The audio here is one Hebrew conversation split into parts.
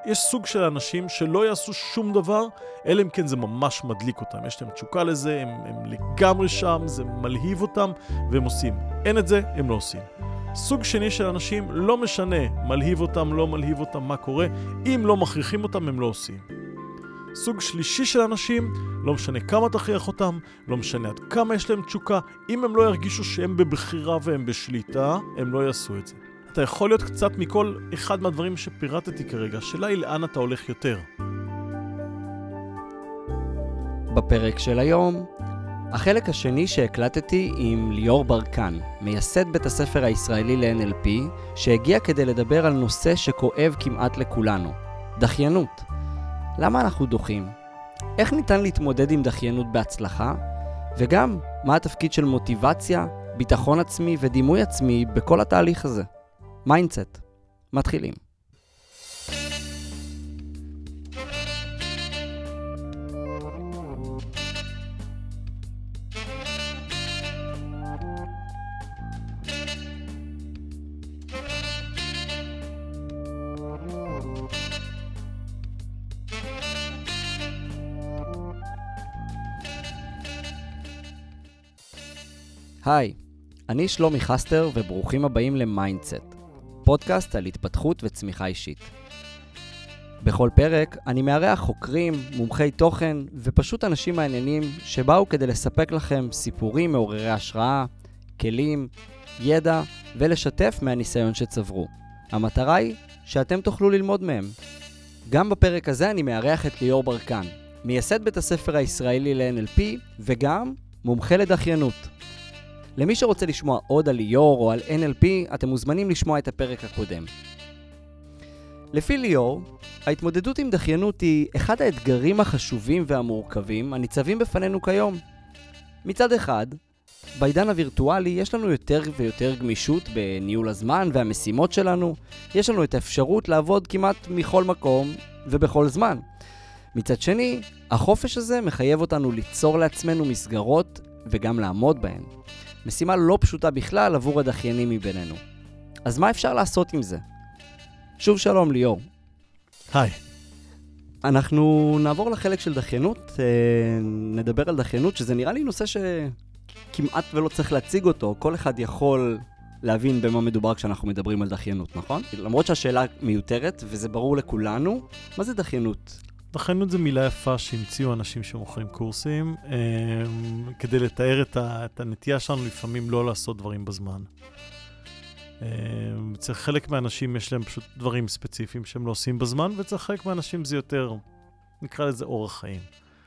יש סוג של אנשים שלא יעשו שום דבר, אלא אם כן זה ממש מדליק אותם. יש להם תשוקה לזה, הם לגמרי שם, זה מלהיב אותם, והם עושים. אין את זה, הם לא עושים. סוג שני של אנשים, לא משנה, מלהיב אותם, לא מלהיב אותם, מה קורה, אם לא מכריחים אותם, הם לא עושים. סוג שלישי של אנשים, לא משנה כמה תכריח אותם, לא משנה עד כמה יש להם תשוקה, אם הם לא ירגישו שהם בבחירה והם בשליטה, הם לא יעשו את זה. אתה יכול להיות קצת מכל אחד מהדברים שפירטתי כרגע, השאלה היא לאן אתה הולך יותר. בפרק של היום, החלק השני שהקלטתי עם ליאור ברקן, מייסד בית הספר הישראלי ל-NLP, שהגיע כדי לדבר על נושא שכואב כמעט לכולנו, דחיינות. למה אנחנו דוחים? איך ניתן להתמודד עם דחיינות בהצלחה? וגם, מה התפקיד של מוטיבציה, ביטחון עצמי ודימוי עצמי בכל התהליך הזה? מיינדסט. מתחילים. היי, אני שלומי חסטר וברוכים הבאים למיינדסט, פודקאסט על התפתחות וצמיחה אישית. בכל פרק אני מארח חוקרים, מומחי תוכן ופשוט אנשים מעניינים שבאו כדי לספק לכם סיפורים מעוררי השראה, כלים, ידע ולשתף מהניסיון שצברו. המטרה היא שאתם תוכלו ללמוד מהם. גם בפרק הזה אני מארח את ליאור ברקן, מייסד בית הספר הישראלי ל-NLP וגם מומחה לדחיינות. למי שרוצה לשמוע עוד על ליאור או על NLP, אתם מוזמנים לשמוע את הפרק הקודם. לפי ליאור, ההתמודדות עם דחיינות היא אחד האתגרים החשובים והמורכבים הניצבים בפנינו כיום. מצד אחד, בעידן הווירטואלי יש לנו יותר ויותר גמישות בניהול הזמן והמשימות שלנו. יש לנו את האפשרות לעבוד כמעט מכל מקום ובכל זמן. מצד שני, החופש הזה מחייב אותנו ליצור לעצמנו מסגרות וגם לעמוד בהן. משימה לא פשוטה בכלל עבור הדחיינים מבינינו. אז מה אפשר לעשות עם זה? שוב שלום ליאור. היי. אנחנו נעבור לחלק של דחיינות, נדבר על דחיינות, שזה נראה לי נושא שכמעט ולא צריך להציג אותו, כל אחד יכול להבין במה מדובר כשאנחנו מדברים על דחיינות, נכון? למרות שהשאלה מיותרת וזה ברור לכולנו, מה זה דחיינות? דחיינות זה מילה יפה שהמציאו אנשים שמוכרים קורסים, כדי לתאר את הנטייה שלנו לפעמים לא לעשות דברים בזמן. צריך חלק מהאנשים יש להם פשוט דברים ספציפיים שהם לא עושים בזמן, וצריך חלק מהאנשים זה יותר, נקרא לזה אורח חיים.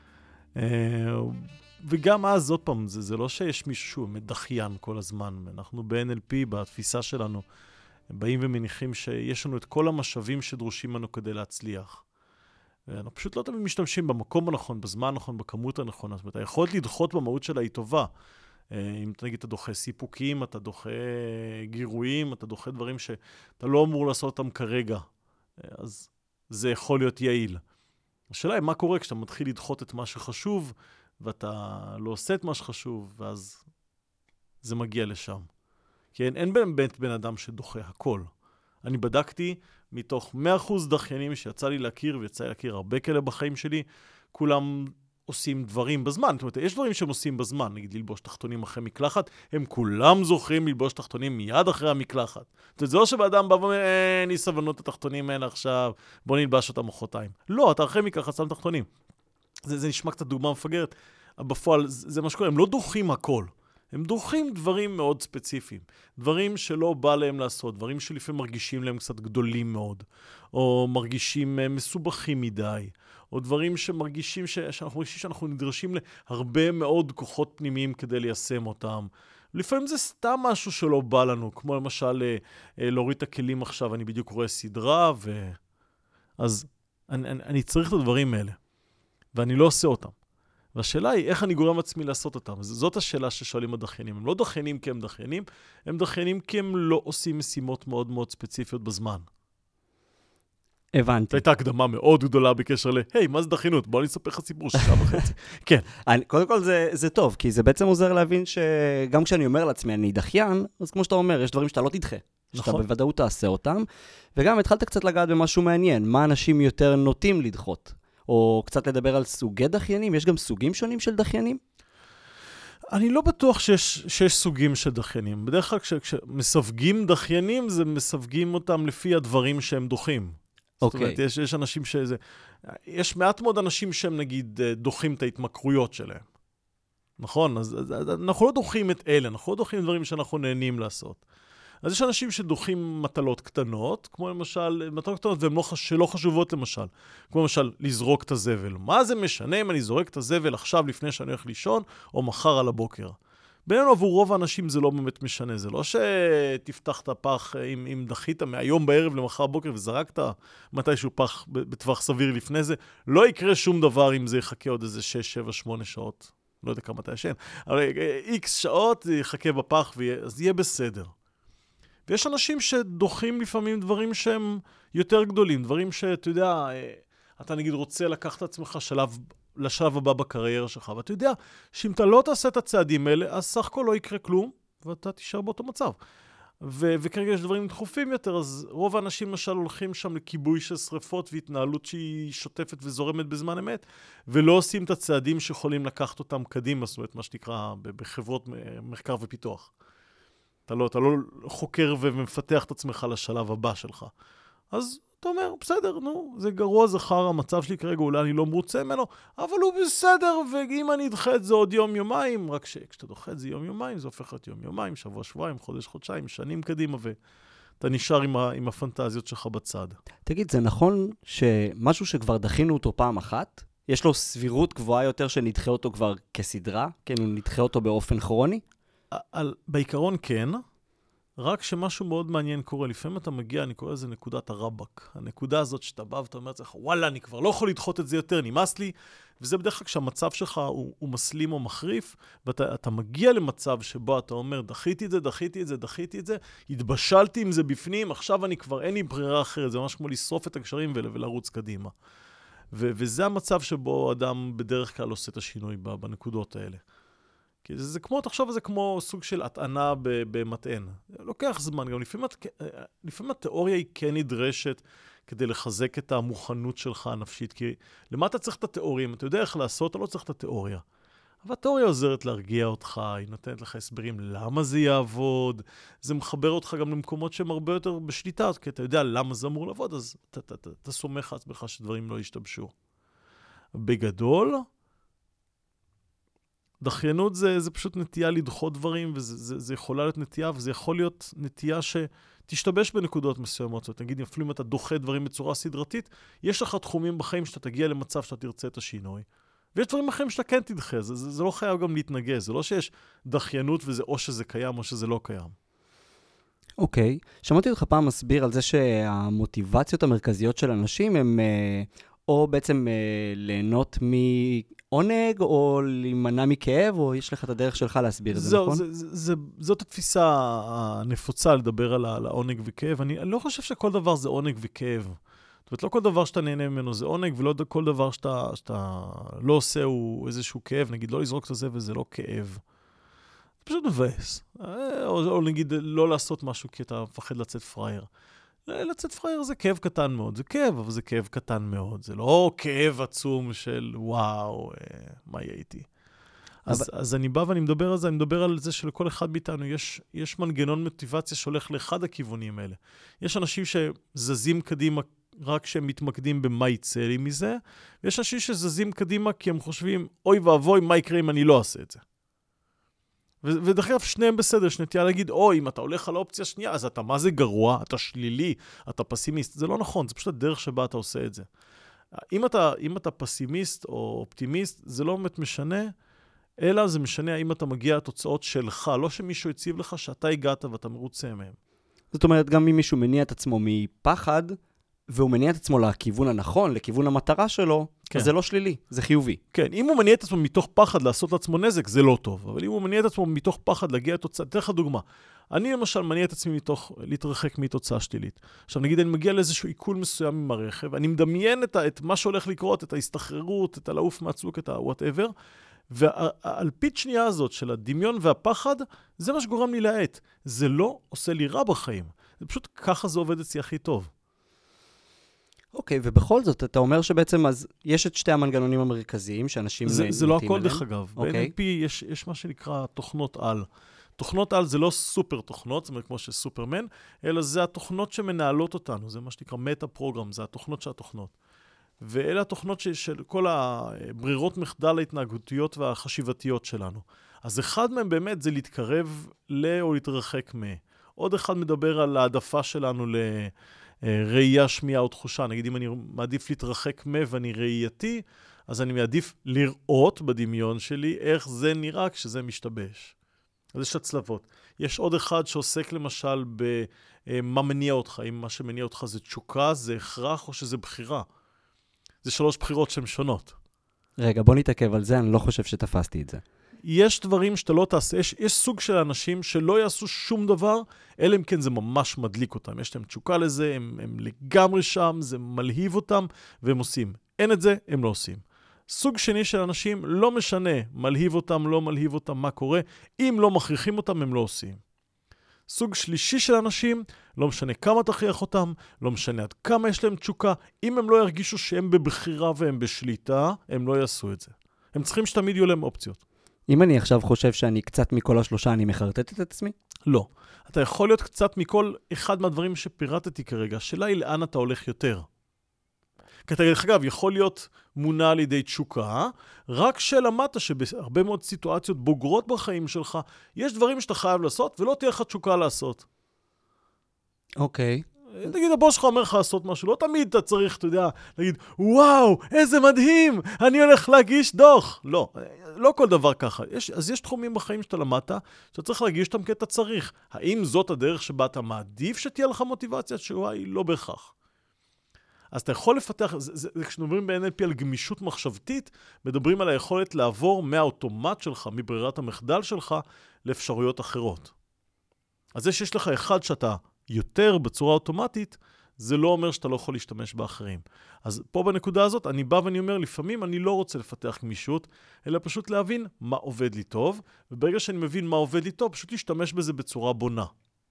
וגם אז עוד פעם, זה לא שיש מישהו שהוא מדחיין כל הזמן. אנחנו ב-NLP, בתפיסה שלנו, באים ומניחים שיש לנו את כל המשאבים שדרושים לנו כדי להצליח. אנחנו פשוט לא תמיד משתמשים במקום הנכון, בזמן הנכון, בכמות הנכונה. זאת אומרת, היכולת לדחות במהות שלה היא טובה. אם נגיד אתה דוחה סיפוקים, אתה דוחה גירויים, אתה דוחה דברים שאתה לא אמור לעשות אותם כרגע. אז זה יכול להיות יעיל. השאלה היא מה קורה כשאתה מתחיל לדחות את מה שחשוב, ואתה לא עושה את מה שחשוב, ואז זה מגיע לשם. כי אין באמת בן אדם שדוחה הכל. אני בדקתי מתוך 100% דחיינים שיצא לי להכיר, ויצא לי להכיר הרבה כאלה בחיים שלי, כולם עושים דברים בזמן. זאת אומרת, יש דברים שהם עושים בזמן, נגיד ללבוש תחתונים אחרי מקלחת, הם כולם זוכרים ללבוש תחתונים מיד אחרי המקלחת. זאת אומרת, זה לא שבאדם בא ואומר, אין לי סבלנות את התחתונים האלה עכשיו, בוא נלבש אותם מחרתיים. לא, אתה אחרי מקלחת שם תחתונים. זה נשמע קצת דוגמה מפגרת, בפועל זה מה שקורה, הם לא דוחים הכל. הם דוחים דברים מאוד ספציפיים, דברים שלא בא להם לעשות, דברים שלפעמים מרגישים להם קצת גדולים מאוד, או מרגישים מסובכים מדי, או דברים שמרגישים שאנחנו מרגישים שאנחנו נדרשים להרבה מאוד כוחות פנימיים כדי ליישם אותם. לפעמים זה סתם משהו שלא בא לנו, כמו למשל להוריד את הכלים עכשיו, אני בדיוק רואה סדרה, אז אני צריך את הדברים האלה, ואני לא עושה אותם. והשאלה היא, איך אני גורם עצמי לעשות אותם? זאת השאלה ששואלים הדחיינים. הם לא דחיינים כי הם דחיינים, הם דחיינים כי הם לא עושים משימות מאוד מאוד ספציפיות בזמן. הבנתי. הייתה הקדמה מאוד גדולה בקשר היי, מה זה דחיינות? בוא אני אספר לך סיפור 6.5. כן. קודם כל זה טוב, כי זה בעצם עוזר להבין שגם כשאני אומר לעצמי, אני דחיין, אז כמו שאתה אומר, יש דברים שאתה לא תדחה. שאתה בוודאות תעשה אותם, וגם התחלת קצת לגעת במשהו מעניין, מה אנשים יותר נוטים לדחות, או קצת לדבר על סוגי דחיינים, יש גם סוגים שונים של דחיינים? אני לא בטוח שיש סוגים של דחיינים. בדרך כלל כשמסווגים דחיינים, זה מסווגים אותם לפי הדברים שהם דוחים. זאת אומרת, יש אנשים יש מעט מאוד אנשים שהם נגיד דוחים את ההתמכרויות שלהם. נכון? אז אנחנו לא דוחים את אלה, אנחנו לא דוחים דברים שאנחנו נהנים לעשות. אז יש אנשים שדוחים מטלות קטנות, כמו למשל, מטלות קטנות והן שלא חשובות למשל. כמו למשל, לזרוק את הזבל. מה זה משנה אם אני זורק את הזבל עכשיו לפני שאני הולך לישון, או מחר על הבוקר? בינינו עבור רוב האנשים זה לא באמת משנה. זה לא שתפתח את הפח אם דחית מהיום בערב למחר בבוקר וזרקת מתישהו פח בטווח סביר לפני זה. לא יקרה שום דבר אם זה יחכה עוד איזה 6, 7, 8 שעות. לא יודע כמה אתה ישן. אבל X שעות יחכה בפח אז יהיה בסדר. ויש אנשים שדוחים לפעמים דברים שהם יותר גדולים, דברים שאתה יודע, אתה נגיד רוצה לקחת את עצמך לשלב הבא בקריירה שלך, ואתה יודע שאם אתה לא תעשה את הצעדים האלה, אז סך הכל לא יקרה כלום, ואתה תישאר באותו מצב. וכרגע יש דברים דחופים יותר, אז רוב האנשים למשל הולכים שם לכיבוי של שריפות והתנהלות שהיא שוטפת וזורמת בזמן אמת, ולא עושים את הצעדים שיכולים לקחת אותם קדימה, זאת אומרת מה שנקרא בחברות מחקר ופיתוח. אתה לא חוקר ומפתח את עצמך לשלב הבא שלך. אז אתה אומר, בסדר, נו, זה גרוע זכר, המצב שלי כרגע, אולי אני לא מרוצה ממנו, אבל הוא בסדר, ואם אני אדחה את זה עוד יום-יומיים, רק כשאתה דוחה את זה יום-יומיים, זה הופך להיות יום-יומיים, שבוע-שבועיים, חודש-חודשיים, שנים קדימה, ואתה נשאר עם הפנטזיות שלך בצד. תגיד, זה נכון שמשהו שכבר דחינו אותו פעם אחת, יש לו סבירות גבוהה יותר שנדחה אותו כבר כסדרה? כן, נדחה אותו באופן כרוני? בעיקרון כן, רק שמשהו מאוד מעניין קורה. לפעמים אתה מגיע, אני קורא לזה נקודת הרבק. הנקודה הזאת שאתה בא ואתה אומר לך, וואלה, אני כבר לא יכול לדחות את זה יותר, נמאס לי. וזה בדרך כלל כשהמצב שלך הוא מסלים או מחריף, ואתה מגיע למצב שבו אתה אומר, דחיתי את זה, התבשלתי עם זה בפנים, עכשיו אני כבר אין לי ברירה אחרת. זה ממש כמו לשרוף את הקשרים ולרוץ קדימה. וזה המצב שבו אדם בדרך כלל עושה את השינוי בנקודות האלה. כי זה כמו, תחשוב, זה כמו סוג של הטענה במטען. לוקח זמן, גם לפעמים התיאוריה היא כן נדרשת כדי לחזק את המוכנות שלך הנפשית, כי למה אתה צריך את התיאוריה? אם אתה יודע איך לעשות, אתה לא צריך את התיאוריה. אבל התיאוריה עוזרת להרגיע אותך, היא נותנת לך הסברים למה זה יעבוד, זה מחבר אותך גם למקומות שהם הרבה יותר בשליטה, כי אתה יודע למה זה אמור לעבוד, אז אתה סומך לעצמך שדברים לא ישתבשו. בגדול, דחיינות זה פשוט נטייה לדחות דברים, וזה יכולה להיות נטייה, וזה יכול להיות נטייה שתשתבש בנקודות מסוימות. זאת אומרת, נגיד, אפילו אם אתה דוחה דברים בצורה סדרתית, יש לך תחומים בחיים שאתה תגיע למצב שאתה תרצה את השינוי. ויש דברים אחרים שאתה כן תדחה, זה לא חייב גם להתנגז, זה לא שיש דחיינות וזה או שזה קיים או שזה לא קיים. אוקיי, שמעתי אותך פעם מסביר על זה שהמוטיבציות המרכזיות של אנשים הם או בעצם ליהנות מעונג, או להימנע מכאב, או יש לך את הדרך שלך להסביר את זה, נכון? זאת התפיסה הנפוצה לדבר על העונג וכאב. אני לא חושב שכל דבר זה עונג וכאב. זאת אומרת, לא כל דבר שאתה נהנה ממנו זה עונג, ולא כל דבר שאתה לא עושה הוא איזשהו כאב. נגיד, לא לזרוק את זה וזה לא כאב. זה פשוט מבאס. או נגיד, לא לעשות משהו כי אתה מפחד לצאת פרייר. לצאת פרייר זה כאב קטן מאוד. זה כאב, אבל זה כאב קטן מאוד. זה לא כאב עצום של וואו, מה יהיה איתי. אז אני בא ואני מדבר על זה, אני מדבר על זה שלכל אחד מאיתנו יש מנגנון מוטיבציה שהולך לאחד הכיוונים האלה. יש אנשים שזזים קדימה רק שהם מתמקדים במה יצא לי מזה, ויש אנשים שזזים קדימה כי הם חושבים, אוי ואבוי, מה יקרה אם אני לא אעשה את זה. ודרך אגב, שניהם בסדר, יש נטייה להגיד, אוי, אם אתה הולך על האופציה השנייה, אז אתה מה זה גרוע, אתה שלילי, אתה פסימיסט. זה לא נכון, זה פשוט הדרך שבה אתה עושה את זה. אם אתה פסימיסט או אופטימיסט, זה לא באמת משנה, אלא זה משנה האם אתה מגיע לתוצאות שלך, לא שמישהו הציב לך שאתה הגעת ואתה מרוצה מהם. זאת אומרת, גם אם מישהו מניע את עצמו מפחד, והוא מניע את עצמו לכיוון הנכון, לכיוון המטרה שלו, כן. אז זה לא שלילי, זה חיובי. כן, אם הוא מניע את עצמו מתוך פחד לעשות לעצמו נזק, זה לא טוב. אבל אם הוא מניע את עצמו מתוך פחד להגיע לתוצאה, אתן לך דוגמה. אני למשל מניע את עצמי מתוך להתרחק מתוצאה שלילית. עכשיו נגיד, אני מגיע לאיזשהו עיכול מסוים עם הרכב, אני מדמיין את מה שהולך לקרות, את ההסתחררות, את הלעוף מהצוק, את ה-whatever, והאלפית שנייה הזאת של הדמיון והפחד, זה מה שגורם לי להט. זה לא עושה לי רע בחיים. זה פשוט ככה זה עובד אצלי הכי טוב. אוקיי, ובכל זאת, אתה אומר שבעצם אז יש את שתי המנגנונים המרכזיים שאנשים נוטים אליהם. זה לא הכל דרך אגב. אוקיי. ב-NLP יש מה שנקרא תוכנות על. תוכנות על זה לא סופר תוכנות, זאת אומרת כמו שסופרמן, אלא זה התוכנות שמנהלות אותנו, זה מה שנקרא מטה-פרוגרם, זה התוכנות של התוכנות. ואלה התוכנות של כל הברירות מחדל ההתנהגותיות והחשיבתיות שלנו. אז אחד מהם באמת זה להתקרב או להתרחק עוד אחד מדבר על העדפה שלנו לראייה, שמיעה או תחושה. נגיד אם אני מעדיף להתרחק ואני ראייתי, אז אני מעדיף לראות בדמיון שלי איך זה נראה כשזה משתבש. אז יש הצלבות. יש עוד אחד שעוסק למשל במה מניע אותך. אם מה שמניע אותך זה תשוקה, זה הכרח או שזה בחירה. זה 3 בחירות שהן שונות. רגע, בוא נתעכב על זה, אני לא חושב שתפסתי את זה. יש דברים שאתה לא תעשה, יש סוג של אנשים שלא יעשו שום דבר, אלא אם כן זה ממש מדליק אותם. יש להם תשוקה לזה, הם לגמרי שם, זה מלהיב אותם, והם עושים. אין את זה, הם לא עושים. סוג שני של אנשים, לא משנה, מלהיב אותם, לא מלהיב אותם, מה קורה. אם לא מכריחים אותם, הם לא עושים. סוג שלישי של אנשים, לא משנה כמה תכריח אותם, לא משנה עד כמה יש להם תשוקה, אם הם לא ירגישו שהם בבחירה והם בשליטה, הם לא יעשו את זה. הם צריכים שתמיד יהיו להם אופציות. אם אני עכשיו חושב שאני קצת מכל השלושה, אני מחרטט את עצמי? לא. אתה יכול להיות קצת מכל אחד מהדברים שפירטתי כרגע. השאלה היא לאן אתה הולך יותר. כי אתה, אגב, יכול להיות מונע על ידי תשוקה, רק שלמדת שבהרבה מאוד סיטואציות בוגרות בחיים שלך, יש דברים שאתה חייב לעשות, ולא תהיה לך תשוקה לעשות. אוקיי. תגיד, הבוס שלך אומר לך לעשות משהו, לא תמיד אתה צריך, אתה יודע, להגיד, וואו, איזה מדהים, אני הולך להגיש דוח. לא, לא כל דבר ככה. אז יש תחומים בחיים שאתה למדת, שאתה צריך להגיש אותם כי אתה צריך. האם זאת הדרך שבה אתה מעדיף שתהיה לך מוטיבציה? התשובה היא לא בהכרח. אז אתה יכול לפתח, כשנדברים ב-NLP על גמישות מחשבתית, מדברים על היכולת לעבור מהאוטומט שלך, מברירת המחדל שלך, לאפשרויות אחרות. אז זה שיש לך אחד שאתה יותר בצורה אוטומטית, זה לא אומר שאתה לא יכול להשתמש באחרים. אז פה בנקודה הזאת, אני בא ואני אומר, לפעמים אני לא רוצה לפתח גמישות, אלא פשוט להבין מה עובד לי טוב, וברגע שאני מבין מה עובד לי טוב, פשוט להשתמש בזה בצורה בונה.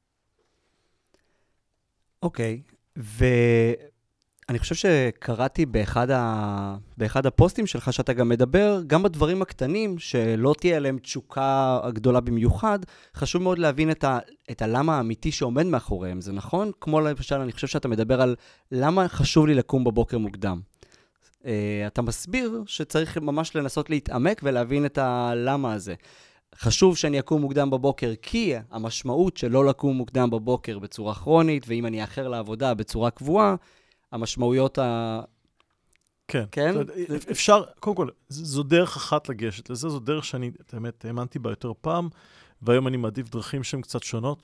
אוקיי, אני חושב שקראתי באחד הפוסטים שלך שאתה גם מדבר, גם בדברים הקטנים, שלא תהיה להם תשוקה גדולה במיוחד, חשוב מאוד להבין את הלמה האמיתי שעומד מאחוריהם, זה נכון? כמו למשל, אני חושב שאתה מדבר על למה חשוב לי לקום בבוקר מוקדם. אתה מסביר שצריך ממש לנסות להתעמק ולהבין את הלמה הזה. חשוב שאני אקום מוקדם בבוקר, כי המשמעות של לא לקום מוקדם בבוקר בצורה כרונית, ואם אני אחר לעבודה בצורה קבועה, המשמעויות כן. כן? אפשר, קודם כל, זו דרך אחת לגשת לזה, זו דרך שאני, באמת, האמנתי בה יותר פעם, והיום אני מעדיף דרכים שהן קצת שונות.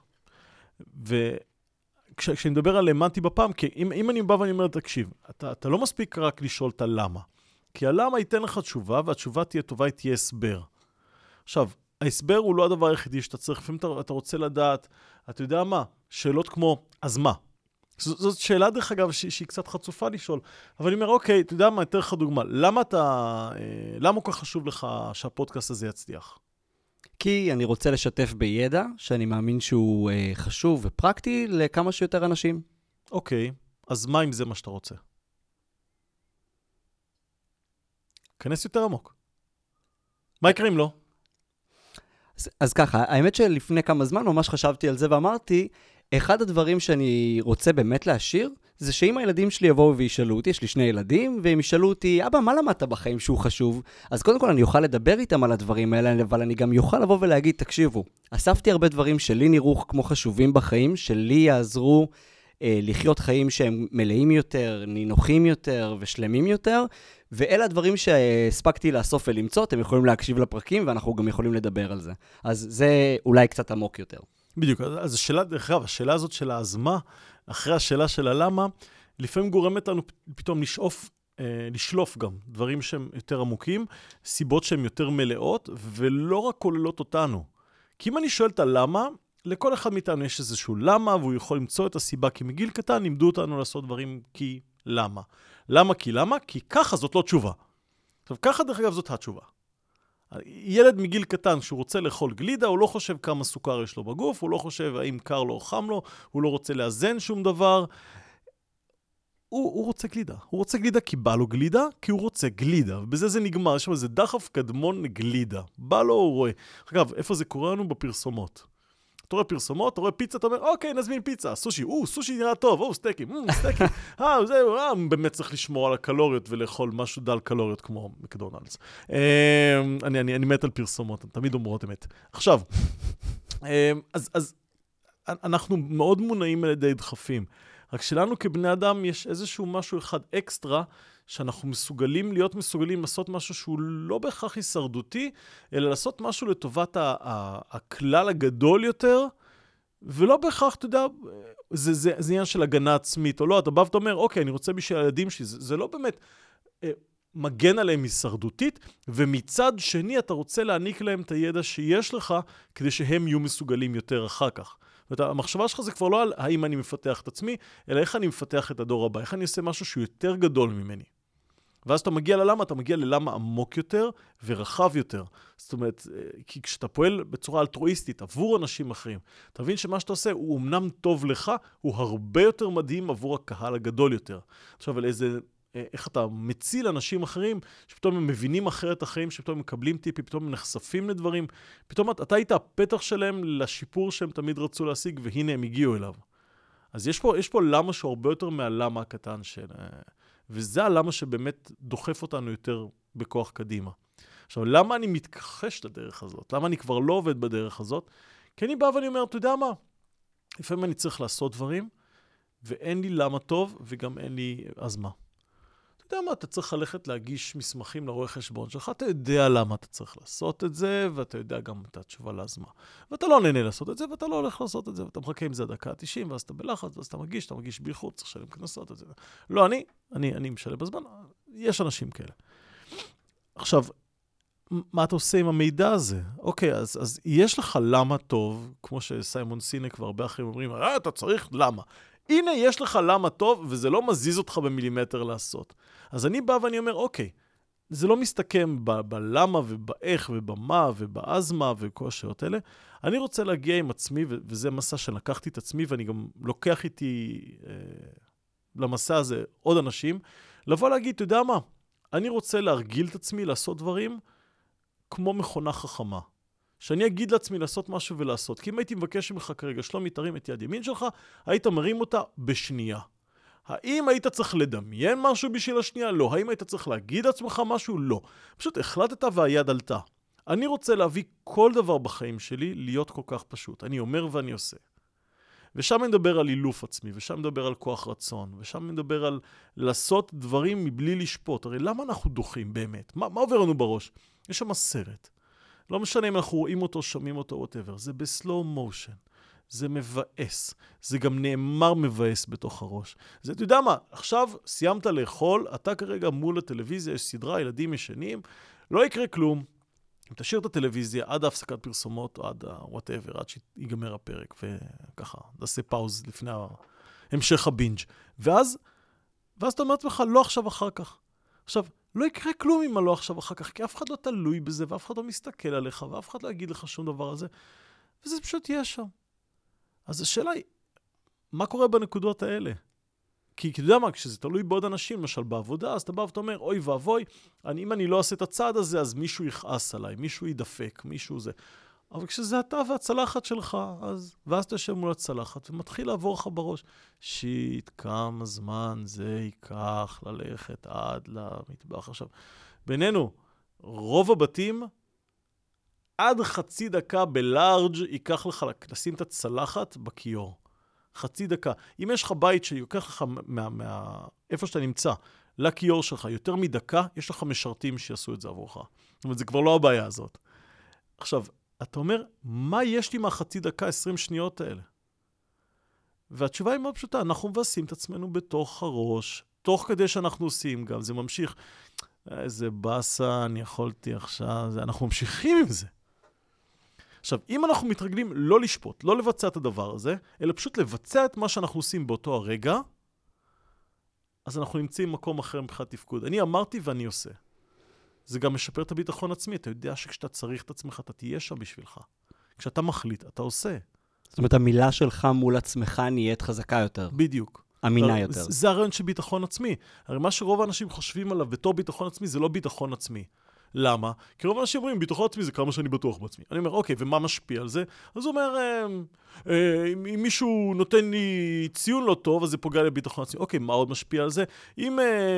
וכשאני מדבר על האמנתי בפעם, כי אם אני בא ואני אומר, תקשיב, אתה לא מספיק רק לשאול את הלמה. כי הלמה ייתן לך תשובה, והתשובה תהיה טובה, היא תהיה הסבר. עכשיו, ההסבר הוא לא הדבר היחידי שאתה צריך, לפעמים אתה רוצה לדעת, אתה יודע מה? שאלות כמו, אז מה? זאת שאלה דרך אגב שהיא קצת חצופה לשאול, אבל אני אומר, אוקיי, אתה יודע מה, אתן לך דוגמה, למה כל כך חשוב לך שהפודקאסט הזה יצליח? כי אני רוצה לשתף בידע, שאני מאמין שהוא חשוב ופרקטי לכמה שיותר אנשים. אוקיי, אז מה אם זה מה שאתה רוצה? כנס יותר עמוק. מה יקרה אם לא? אז ככה, האמת שלפני כמה זמן ממש חשבתי על זה ואמרתי, אחד הדברים שאני רוצה באמת להשאיר, זה שאם הילדים שלי יבואו וישאלו אותי, יש לי 2 ילדים, והם ישאלו אותי, אבא, מה למדת בחיים שהוא חשוב? אז קודם כל אני אוכל לדבר איתם על הדברים האלה, אבל אני גם יוכל לבוא ולהגיד, תקשיבו, אספתי הרבה דברים שלי נראו כמו חשובים בחיים, שלי יעזרו לחיות חיים שהם מלאים יותר, נינוחים יותר ושלמים יותר, ואלה הדברים שהספקתי לאסוף ולמצוא, אתם יכולים להקשיב לפרקים, ואנחנו גם יכולים לדבר על זה. אז זה אולי קצת עמוק יותר. בדיוק, אז השאלה, דרך אגב, השאלה הזאת של ההזמה, אחרי השאלה של הלמה, לפעמים גורמת לנו פתאום לשלוף גם דברים שהם יותר עמוקים, סיבות שהן יותר מלאות, ולא רק כוללות אותנו. כי אם אני שואל את הלמה, לכל אחד מאיתנו יש איזשהו למה, והוא יכול למצוא את הסיבה, כי מגיל קטן לימדו אותנו לעשות דברים כי למה. למה? כי ככה זאת לא תשובה. עכשיו, ככה דרך אגב זאת התשובה. ילד מגיל קטן, כשהוא רוצה לאכול גלידה, הוא לא חושב כמה סוכר יש לו בגוף, הוא לא חושב האם קר לו או חם לו, הוא לא רוצה לאזן שום דבר. הוא רוצה גלידה. הוא רוצה גלידה כי בא לו גלידה, כי הוא רוצה גלידה. ובזה זה נגמר. יש שם איזה דחף קדמון לגלידה. בא לו, הוא רואה. אגב, איפה זה קורה לנו? בפרסומות. אתה רואה פרסומות, אתה רואה פיצה, אתה אומר, אוקיי, נזמין פיצה. סושי, סושי נראה טוב, סטייקים, סטייקים. באמת צריך לשמור על הקלוריות ולאכול משהו דל קלוריות כמו מקדונלדס. אני מת על פרסומות, תמיד אומרות אמת. עכשיו, אז אנחנו מאוד מונעים על ידי דחפים. רק שלנו כבני אדם יש איזשהו משהו אחד אקסטרה, שאנחנו להיות מסוגלים לעשות משהו שהוא לא בהכרח הישרדותי, אלא לעשות משהו לטובת הכלל הגדול יותר, ולא בהכרח, אתה יודע, זה עניין של הגנה עצמית, או לא, אתה בא ואתה אומר, אוקיי, אני רוצה בשביל הילדים שלי, זה לא באמת מגן עליהם הישרדותית, ומצד שני אתה רוצה להעניק להם את הידע שיש לך, כדי שהם יהיו מסוגלים יותר אחר כך. המחשבה שלך זה כבר לא על האם אני מפתח את עצמי, אלא איך אני מפתח את הדור הבא, איך אני עושה משהו שהוא יותר גדול ממני. ואז אתה מגיע ללמה, אתה מגיע ללמה עמוק יותר ורחב יותר. זאת אומרת, כי כשאתה פועל בצורה אלטרואיסטית עבור אנשים אחרים, אתה מבין שמה שאתה עושה הוא אמנם טוב לך, הוא הרבה יותר מדהים עבור הקהל הגדול יותר. עכשיו, איך אתה מציל אנשים אחרים, שפתאום הם מבינים אחרת החיים, שפתאום הם מקבלים טיפים, פתאום הם נחשפים לדברים, פתאום אתה היית הפתח שלהם לשיפור שהם תמיד רצו להשיג, והנה הם הגיעו אליו. אז יש פה למה שהוא הרבה יותר מהלמה הקטן וזה הלמה שבאמת דוחף אותנו יותר בכוח קדימה. עכשיו, למה אני מתכחש לדרך הזאת? למה אני כבר לא עובד בדרך הזאת? כי אני בא ואני אומר, אתה יודע מה? לפעמים אני צריך לעשות דברים, ואין לי למה טוב, וגם אין לי אז מה. אתה יודע מה? אתה צריך ללכת להגיש מסמכים לרואה חשבון שלך, אתה יודע למה אתה צריך לעשות את זה, ואתה יודע גם את התשובה להזמה. ואתה לא נהנה לעשות את זה, ואתה לא הולך לעשות את זה, ואתה מחכה עם זה דקה 90, ואז אתה בלחץ, ואז אתה מגיש באיחוד, צריך לשלם כנסות את זה. לא, אני משלם בזמן, יש אנשים כאלה. עכשיו, מה אתה עושה עם המידע הזה? אוקיי, אז יש לך למה טוב, כמו שסיימון סינק והרבה אחרים אומרים, אתה צריך למה. הנה, יש לך למה טוב, וזה לא מזיז אותך במילימטר לעשות. אז אני בא ואני אומר, אוקיי, זה לא מסתכם בלמה ובאיך ובמה ובאזמה וכל השאלות האלה. אני רוצה להגיע עם עצמי, וזה מסע שלקחתי את עצמי, ואני גם לוקח איתי למסע הזה עוד אנשים, לבוא להגיד, אתה יודע מה? אני רוצה להרגיל את עצמי לעשות דברים כמו מכונה חכמה. שאני אגיד לעצמי לעשות משהו ולעשות. כי אם הייתי מבקש ממך כרגע, שלומי, תרים את יד ימין שלך, היית מרים אותה בשנייה. האם היית צריך לדמיין משהו בשביל השנייה? לא. האם היית צריך להגיד לעצמך משהו? לא. פשוט החלטת והיד עלתה. אני רוצה להביא כל דבר בחיים שלי להיות כל כך פשוט. אני אומר ואני עושה. ושם מדבר על אילוף עצמי, ושם מדבר על כוח רצון, ושם מדבר על לעשות דברים מבלי לשפוט. הרי למה אנחנו דוחים באמת? מה עובר לנו בראש? יש שם סרט. לא משנה אם אנחנו רואים אותו, שומעים אותו, whatever. זה בסלואו מושן. זה מבאס. זה גם נאמר מבאס בתוך הראש. זה, אתה יודע מה, עכשיו סיימת לאכול, אתה כרגע מול הטלוויזיה, יש סדרה, ילדים ישנים, לא יקרה כלום. אם תשאיר את הטלוויזיה עד ההפסקת פרסומות, או עד whatever, עד שיגמר הפרק, וככה, נעשה פאוז לפני המשך הבינג'. ואז אתה אומר לעצמך, לא עכשיו אחר כך. עכשיו, לא יקרה כלום אם לא עכשיו אחר כך, כי אף אחד לא תלוי בזה, ואף אחד לא מסתכל עליך, ואף אחד לא יגיד לך שום דבר על זה, וזה פשוט יהיה שם. אז השאלה היא, מה קורה בנקודות האלה? כי אתה יודע מה, כשזה תלוי בעוד אנשים, למשל בעבודה, אז אתה בא ואתה אומר, אוי ואבוי, אם אני לא אעשה את הצעד הזה, אז מישהו יכעס עליי, מישהו ידפק, מישהו זה. אבל כשזה אתה והצלחת שלך, ואז אתה יושב מול הצלחת, ומתחיל לעבור לך בראש, שיט, כמה זמן זה ייקח ללכת עד למטבח. עכשיו, בינינו, רוב הבתים, עד חצי דקה בלארג' ייקח לך לשים את הצלחת בכיור. חצי דקה. אם יש לך בית שיוקח לך איפה שאתה נמצא, לכיור שלך, יותר מדקה, יש לך משרתים שיעשו את זה עבורך. זאת אומרת, זה כבר לא הבעיה הזאת. עכשיו, אתה אומר, מה יש לי מהחצי דקה, 20 שניות האלה? והתשובה היא מאוד פשוטה, אנחנו מבסים את עצמנו בתוך הראש, תוך כדי שאנחנו עושים גם, זה ממשיך, איזה בסה, אני יכולתי עכשיו, אנחנו ממשיכים עם זה. עכשיו, אם אנחנו מתרגלים לא לשפוט, לא לבצע את הדבר הזה, אלא פשוט לבצע את מה שאנחנו עושים באותו הרגע, אז אנחנו נמצאים במקום אחר מבחינת תפקוד. אני אמרתי ואני עושה. זה גם משפר את הביטחון עצמי. אתה יודע שכשאתה צריך את עצמך, אתה תהיה שם בשבילך. כשאתה מחליט, אתה עושה. זאת אומרת, המילה שלך מול עצמך נהיית חזקה יותר. בדיוק. אמינה יותר. זה הרעיון של ביטחון עצמי. הרי מה שרוב האנשים חושבים עליו בתור ביטחון עצמי, זה לא ביטחון עצמי. למה? כי רוב האנשים אומרים, ביטחון עצמי זה כמה שאני בטוח בעצמי. אני אומר, אוקיי, ומה משפיע על זה? אז הוא אומר, אם מישהו נותן לי ציון לא טוב, אז זה פוגע לי בביטחון עצמי. אוקיי, מה עוד משפיע על זה? אם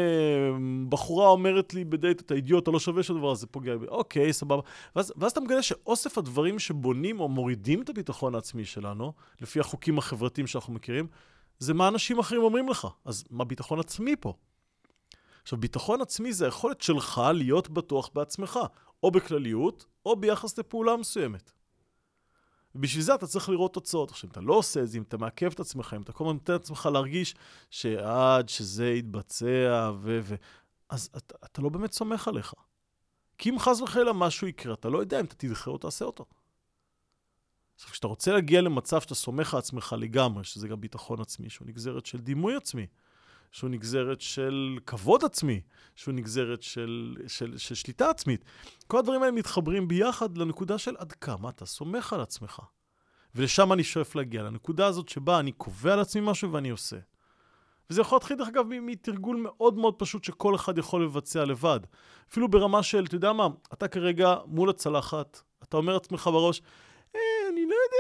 בחורה אומרת לי בדייט, אתה אידיוט, אתה לא שווה של דבר, אז זה פוגע לי. אוקיי, סבבה. ואז אתה מגלה שאוסף הדברים שבונים או מורידים את הביטחון העצמי שלנו, לפי החוקים החברתיים שאנחנו מכירים, זה מה אנשים אחרים אומרים לך. אז מה ביטחון עצמי פה? עכשיו, ביטחון עצמי זה היכולת שלך להיות בטוח בעצמך, או בכלליות, או ביחס לפעולה מסוימת. ובשביל זה אתה צריך לראות תוצאות. עכשיו, אם אתה לא עושה את זה, אם אתה מעכב את עצמך, אם אתה כל הזמן נותן את עצמך להרגיש שעד שזה יתבצע, אז אתה לא באמת סומך עליך. כי אם חס וחלילה משהו יקרה, אתה לא יודע אם אתה תדחה או תעשה אותו. עכשיו, כשאתה רוצה להגיע למצב שאתה סומך על עצמך לגמרי, שזה גם ביטחון עצמי, שהוא נגזרת של דימוי עצמי, שהוא נגזרת של כבוד עצמי, שהוא נגזרת של שליטה עצמית. כל הדברים האלה מתחברים ביחד לנקודה של עד כמה אתה סומך על עצמך. ולשם אני שואף להגיע, לנקודה הזאת שבה אני קובע על עצמי משהו ואני עושה. וזה יכול להתחיל, דרך אגב, מתרגול מאוד מאוד פשוט שכל אחד יכול לבצע לבד. אפילו ברמה של, אתה יודע מה, אתה כרגע מול הצלחת, אתה אומר לעצמך בראש, אני לא יודע,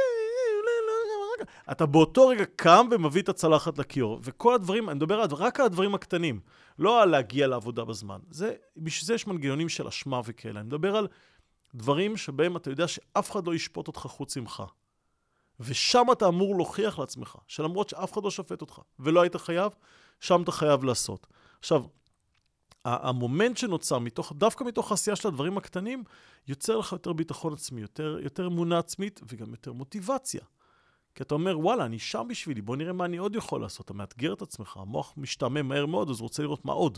אתה באותו רגע קם ומביא את הצלחת לכיור, וכל הדברים, אני מדבר רק על הדברים הקטנים, לא על להגיע לעבודה בזמן. בשביל זה יש מנגנונים של אשמה וכאלה. אני מדבר על דברים שבהם אתה יודע שאף אחד לא ישפוט אותך חוץ ממך. ושם אתה אמור להוכיח לעצמך, שלמרות שאף אחד לא שופט אותך, ולא היית חייב, שם אתה חייב לעשות. עכשיו, המומנט שנוצר דווקא מתוך העשייה של הדברים הקטנים, יוצר לך יותר ביטחון עצמי, יותר אמונה עצמית, וגם יותר מוטיבציה. כי אתה אומר, וואלה, אני שם בשבילי, בוא נראה מה אני עוד יכול לעשות. אתה מאתגר את עצמך, המוח משתעמם מהר מאוד, אז הוא רוצה לראות מה עוד.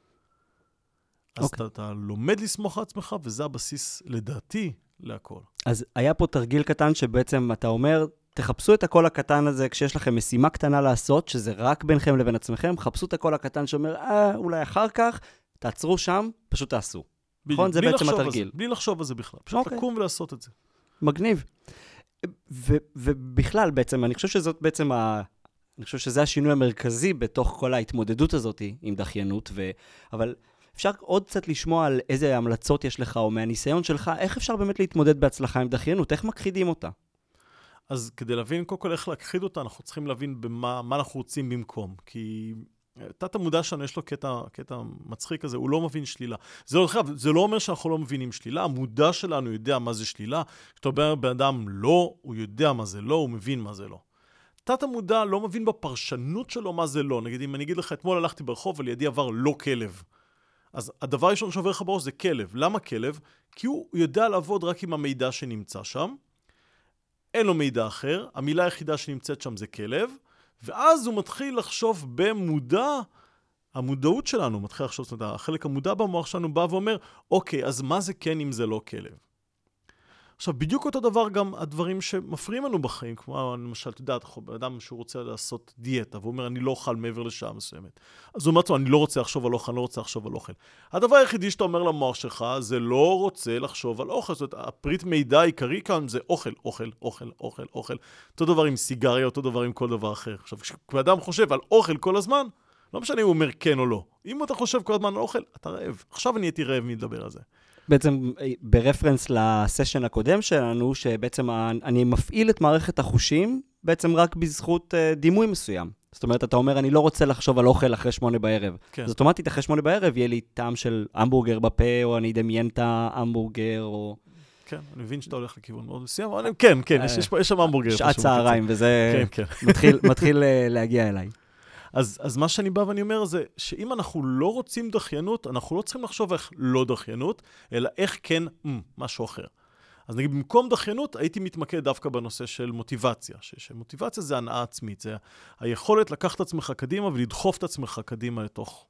אז אתה לומד לסמוך על עצמך, וזה הבסיס, לדעתי, להכל. אז היה פה תרגיל קטן שבעצם אתה אומר, תחפשו את הכל הקטן הזה כשיש לכם משימה קטנה לעשות, שזה רק ביניכם לבין עצמכם, חפשו את הכל הקטן שאומר, אולי אחר כך, תעצרו שם, פשוט תעשו. נכון? זה בעצם התרגיל. בלי לחשוב על זה בכלל. פשוט לקום ולעשות את זה. מגניב. ובכלל בעצם, אני חושב שזאת בעצם אני חושב שזה השינוי המרכזי בתוך כל ההתמודדות הזאת עם דחיינות, אבל אפשר עוד קצת לשמוע על איזה המלצות יש לך, או מהניסיון שלך, איך אפשר באמת להתמודד בהצלחה עם דחיינות, איך מכחידים אותה? אז כדי להבין כל כך איך להכחיד אותה, אנחנו צריכים להבין מה אנחנו רוצים במקום, כי תת המודע שלנו יש לו קטע מצחיק כזה, הוא לא מבין שלילה. זה לא אומר שאנחנו לא מבינים שלילה, המודע שלנו יודע מה זה שלילה, כשאתה אומר באדם לא, הוא יודע מה זה לא, הוא מבין מה זה לא. תת המודע לא מבין בפרשנות שלו מה זה לא. נגיד, אם אני אגיד לך, אתמול הלכתי ברחוב ולידי עבר לא כלב. אז הדבר הראשון שעובר לך בראש זה כלב. למה כלב? כי הוא יודע לעבוד רק עם המידע שנמצא שם. אין לו מידע אחר, המילה היחידה שנמצאת שם זה כלב, ואז הוא מתחיל לחשוב במודע, המודעות שלנו מתחיל לחשוב, זאת אומרת, החלק המודע במוח שלנו בא ואומר, אוקיי, אז מה זה כן אם זה לא כלב? עכשיו, בדיוק אותו דבר גם הדברים שמפריעים לנו בחיים, כמו למשל, אתה יודע, אדם שהוא רוצה לעשות דיאטה, והוא אומר, אני לא אוכל מעבר לשעה מסוימת. אז הוא אומר לעצמו, אני לא רוצה לחשוב על אוכל, אני לא רוצה לחשוב על אוכל. הדבר היחידי שאתה אומר למוח שלך, זה לא רוצה לחשוב על אוכל. זאת אומרת, הפריט מידע העיקרי כאן זה אוכל, אוכל, אוכל, אוכל, אוכל. אותו דבר עם סיגריה, אותו דבר עם כל דבר אחר. עכשיו, כשאדם חושב על אוכל כל הזמן, לא משנה אם הוא אומר כן או לא. אם אתה חושב כל הזמן על אוכל, אתה רעב. עכשיו אני הייתי רעב מדבר על זה. בעצם ברפרנס לסשן הקודם שלנו, שבעצם אני מפעיל את מערכת החושים, בעצם רק בזכות דימוי מסוים. זאת אומרת, אתה אומר, אני לא רוצה לחשוב על אוכל אחרי 8 בערב. כן. אז אוטומטית, אחרי 8 בערב, יהיה לי טעם של המבורגר בפה, או אני אדמיין את ההמבורגר, או... כן, אני מבין שאתה הולך לכיוון מאוד מסוים, אבל כן, יש שם המבורגר. שעת צהריים, וזה מתחיל להגיע אליי. אז מה שאני בא ואני אומר זה, שאם אנחנו לא רוצים דחיינות, אנחנו לא צריכים לחשוב איך לא דחיינות, אלא איך כן משהו אחר. אז נגיד, במקום דחיינות, הייתי מתמקד דווקא בנושא של מוטיבציה, שמוטיבציה זה הנאה עצמית, זה היכולת לקחת את עצמך קדימה ולדחוף את עצמך קדימה לתוך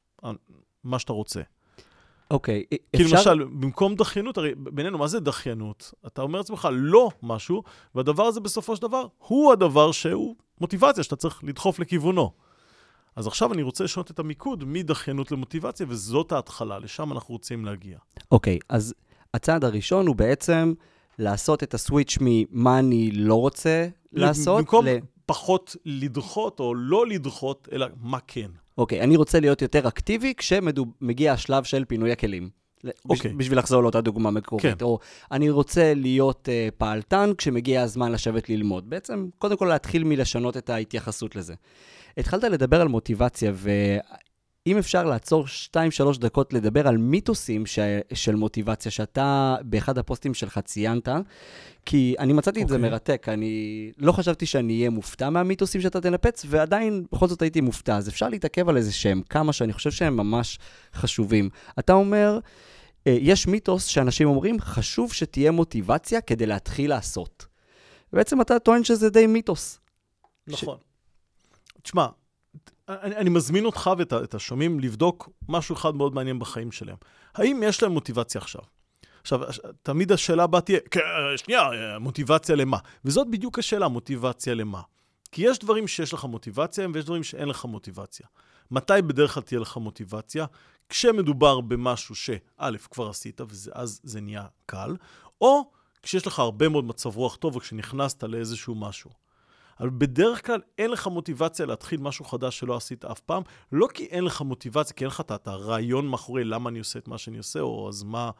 מה שאתה רוצה. אוקיי, כי למשל, במקום דחיינות, הרי בינינו, מה זה דחיינות? אתה אומר לעצמך לא משהו, והדבר הזה בסופו של דבר הוא הדבר שהוא מוטיבציה שאתה צריך לדחוף לכיוונו. אז עכשיו אני רוצה לשנות את המיקוד מדחיינות למוטיבציה, וזאת ההתחלה, לשם אנחנו רוצים להגיע. אוקיי, אז הצעד הראשון הוא בעצם לעשות את הסוויץ' ממה אני לא רוצה לעשות. במקום פחות לדחות או לא לדחות, אלא מה כן. אוקיי, אני רוצה להיות יותר אקטיבי כשמגיע השלב של פינוי הכלים. בשביל לחזור לאותה דוגמה מקורית. כן. או אני רוצה להיות פעלתן כשמגיע הזמן לשבת ללמוד. בעצם, קודם כל להתחיל מלשנות את ההתייחסות לזה. התחלת לדבר על מוטיבציה, ואם אפשר לעצור 2-3 דקות לדבר על מיתוסים של מוטיבציה, שאתה באחד הפוסטים שלך ציינת, כי אני מצאתי את זה מרתק, אני לא חשבתי שאני אהיה מופתע מהמיתוסים שאתה תנפץ, ועדיין בכל זאת הייתי מופתע, אז אפשר להתעכב על איזה שהם, כמה שאני חושב שהם ממש חשובים. אתה אומר, יש מיתוס שאנשים אומרים, חשוב שתהיה מוטיבציה כדי להתחיל לעשות. ובעצם אתה טוען שזה די מיתוס. נכון. תשמע, אני מזמין אותך ואת השומעים לבדוק משהו אחד מאוד מעניין בחיים שלהם. האם יש להם מוטיבציה עכשיו? עכשיו, תמיד השאלה הבאה תהיה, שנייה, מוטיבציה למה? וזאת בדיוק השאלה, מוטיבציה למה? כי יש דברים שיש לך מוטיבציה, ויש דברים שאין לך מוטיבציה. מתי בדרך כלל תהיה לך מוטיבציה? כשמדובר במשהו שא' כבר עשית, ואז זה נהיה קל, או כשיש לך הרבה מאוד מצב רוח טוב, וכשנכנסת לאיזשהו משהו. אבל בדרך כלל אין לך מוטיבציה להתחיל משהו חדש שלא עשית אף פעם, לא כי אין לך מוטיבציה, כי אין לך את הרעיון מאחורי למה אני עושה את מה שאני עושה, או אז מה,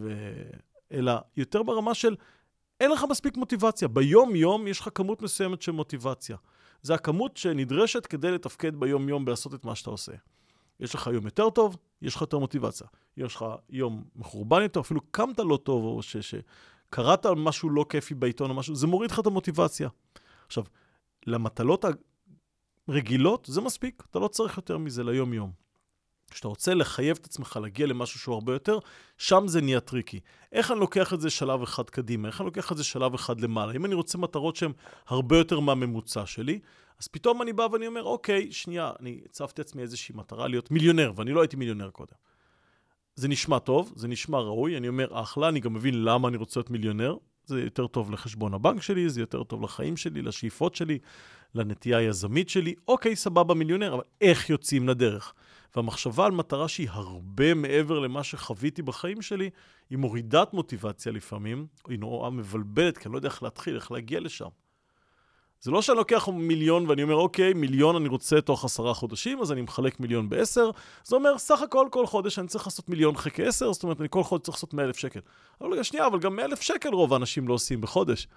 אלא יותר ברמה של אין לך מספיק מוטיבציה. ביום-יום יש לך כמות מסוימת של מוטיבציה. זה הכמות שנדרשת כדי לתפקד ביום-יום בעשות את מה שאתה עושה. יש לך יום יותר טוב, יש לך יותר מוטיבציה. יש לך יום מחורבן יותר, אפילו קמת לא טוב, או שקראת משהו לא כיפי בעיתון או משהו, זה מוריד לך את המוטיבציה. עכשיו, למטלות הרגילות זה מספיק, אתה לא צריך יותר מזה ליום-יום. כשאתה רוצה לחייב את עצמך להגיע למשהו שהוא הרבה יותר, שם זה נהיה טריקי. איך אני לוקח את זה שלב אחד קדימה? איך אני לוקח את זה שלב אחד למעלה? אם אני רוצה מטרות שהן הרבה יותר מהממוצע שלי, אז פתאום אני בא ואני אומר, אוקיי, שנייה, אני הצבתי עצמי איזושהי מטרה להיות מיליונר, ואני לא הייתי מיליונר קודם. זה נשמע טוב, זה נשמע ראוי, אני אומר, אחלה, אני גם מבין למה אני רוצה להיות מיליונר, זה יותר טוב לחשבון הבנק שלי, זה יותר טוב לחיים שלי, לשאיפות שלי, לנטייה היזמית שלי. אוקיי, סבבה מיליונר, אבל איך יוצאים לדרך? והמחשבה על מטרה שהיא הרבה מעבר למה שחוויתי בחיים שלי, היא מורידת מוטיבציה לפעמים, היא נורא מבלבלת, כי אני לא יודע איך להתחיל, איך להגיע לשם. זה לא שאני לוקח מיליון ואני אומר, אוקיי, מיליון אני רוצה תוך 10 חודשים, אז אני מחלק מיליון ב10. זה אומר, סך הכל כל חודש אני צריך לעשות מיליון חלקי 10, זאת אומרת, אני כל חודש צריך לעשות 100,000 שקל. אבל שנייה, אבל גם 100,000 שקל רוב האנשים לא עושים בחודש.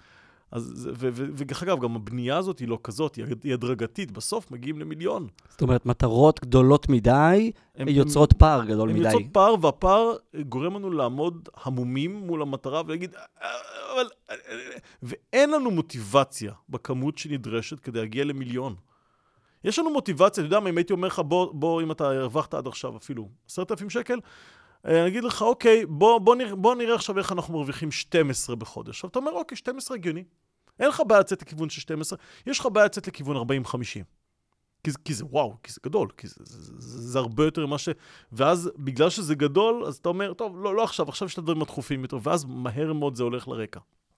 ודרך אגב, גם הבנייה הזאת היא לא כזאת, היא הדרגתית, בסוף מגיעים למיליון. זאת אומרת, מטרות גדולות מדי, יוצרות פער גדול מדי. הן יוצרות פער, והפער גורם לנו לעמוד המומים מול המטרה ולהגיד, אבל... ואין לנו מוטיבציה בכמות שנדרשת כדי להגיע למיליון. יש לנו מוטיבציה, אתה יודע מה, אם הייתי אומר לך, בוא, אם אתה הרווחת עד עכשיו אפילו 10,000 שקל, אני אגיד לך, אוקיי, בוא נראה עכשיו איך אנחנו מרוויחים 12 בחודש. עכשיו אתה אומר, אוקיי, 12 הגיוני. אין לך בעיה לצאת לכיוון של 12, יש לך בעיה לצאת לכיוון 40-50. כי זה וואו, כי זה גדול, כי זה הרבה יותר ממה ואז בגלל שזה גדול, אז אתה אומר, טוב, לא עכשיו יש את הדברים הדחופים יותר, ואז מהר מאוד זה הולך לרקע.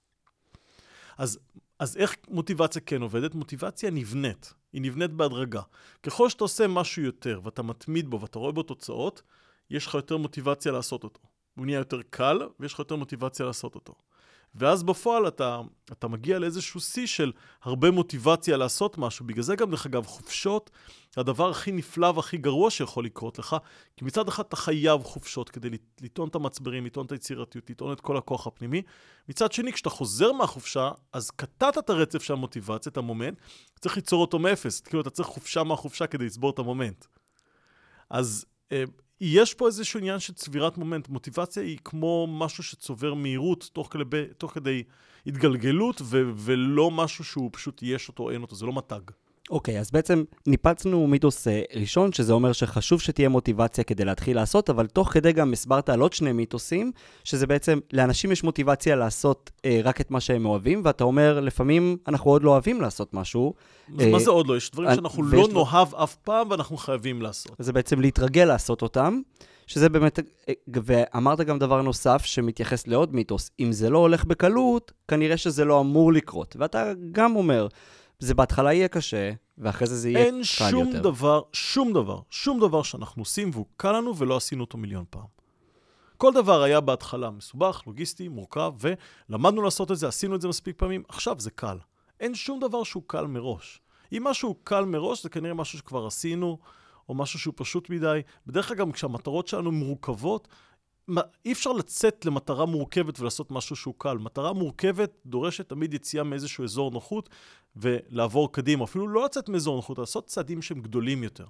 אז איך מוטיבציה כן עובדת? מוטיבציה נבנית, היא נבנית בהדרגה. ככל שאתה עושה משהו יותר, ואתה מתמיד בו, ואתה רואה בו תוצאות, יש לך יותר מוטיבציה לעשות אותו. הוא נהיה יותר קל, ויש לך יותר מוטיבציה לעשות אותו. ואז בפועל אתה מגיע לאיזשהו שיא של הרבה מוטיבציה לעשות משהו. בגלל זה גם דרך אגב חופשות, הדבר הכי נפלא והכי גרוע שיכול לקרות לך, כי מצד אחד אתה חייב חופשות כדי לטעון את המצברים, לטעון את היצירתיות, לטעון את כל הכוח הפנימי. מצד שני, כשאתה חוזר מהחופשה, אז קטעת את הרצף של המוטיבציה, את המומנט, צריך ליצור אותו מאפס. כאילו אתה צריך חופשה מהחופשה כדי לצבור את המומנט. אז יש פה איזשהו עניין של צבירת מומנט. מוטיבציה היא כמו משהו שצובר מהירות תוך כדי התגלגלות, ולא משהו שהוא פשוט יש אותו, אין אותו, זה לא מתג. אוקיי, אז בעצם ניפצנו מיתוס ראשון, שזה אומר שחשוב שתהיה מוטיבציה כדי להתחיל לעשות, אבל תוך כדי גם הסברת על עוד 2 מיתוסים, שזה בעצם, לאנשים יש מוטיבציה לעשות רק את מה שהם אוהבים, ואתה אומר, לפעמים אנחנו עוד לא אוהבים לעשות משהו. אז מה זה עוד לא? יש דברים שאנחנו לא נאהב אף פעם, ואנחנו חייבים לעשות. זה בעצם להתרגל לעשות אותם, שזה באמת, ואמרת גם דבר נוסף שמתייחס לעוד מיתוס, אם זה לא הולך בקלות, כנראה שזה לא אמור לקרות. ואתה גם אומר, זה בהתחלה יהיה קשה, ואחרי זה יהיה קל יותר. אין שום דבר שאנחנו עושים, והוא קל לנו ולא עשינו אותו מיליון פעם. כל דבר היה בהתחלה מסובך, לוגיסטי, מורכב, ולמדנו לעשות את זה, עשינו את זה מספיק פעמים, עכשיו זה קל. אין שום דבר שהוא קל מראש. אם משהו קל מראש, זה כנראה משהו שכבר עשינו, או משהו שהוא פשוט מדי. בדרך כלל גם כשהמטרות שלנו מורכבות, אי אפשר לצאת למטרה מורכבת ולעשות משהו שהוא קל. מטרה מורכבת דורשת תמיד יציאה מאיזשהו אזור נוחות, ולעבור קדימה. אפילו לא לצאת מאזור נוחות, לעשות צעדים שהם גדולים יותר.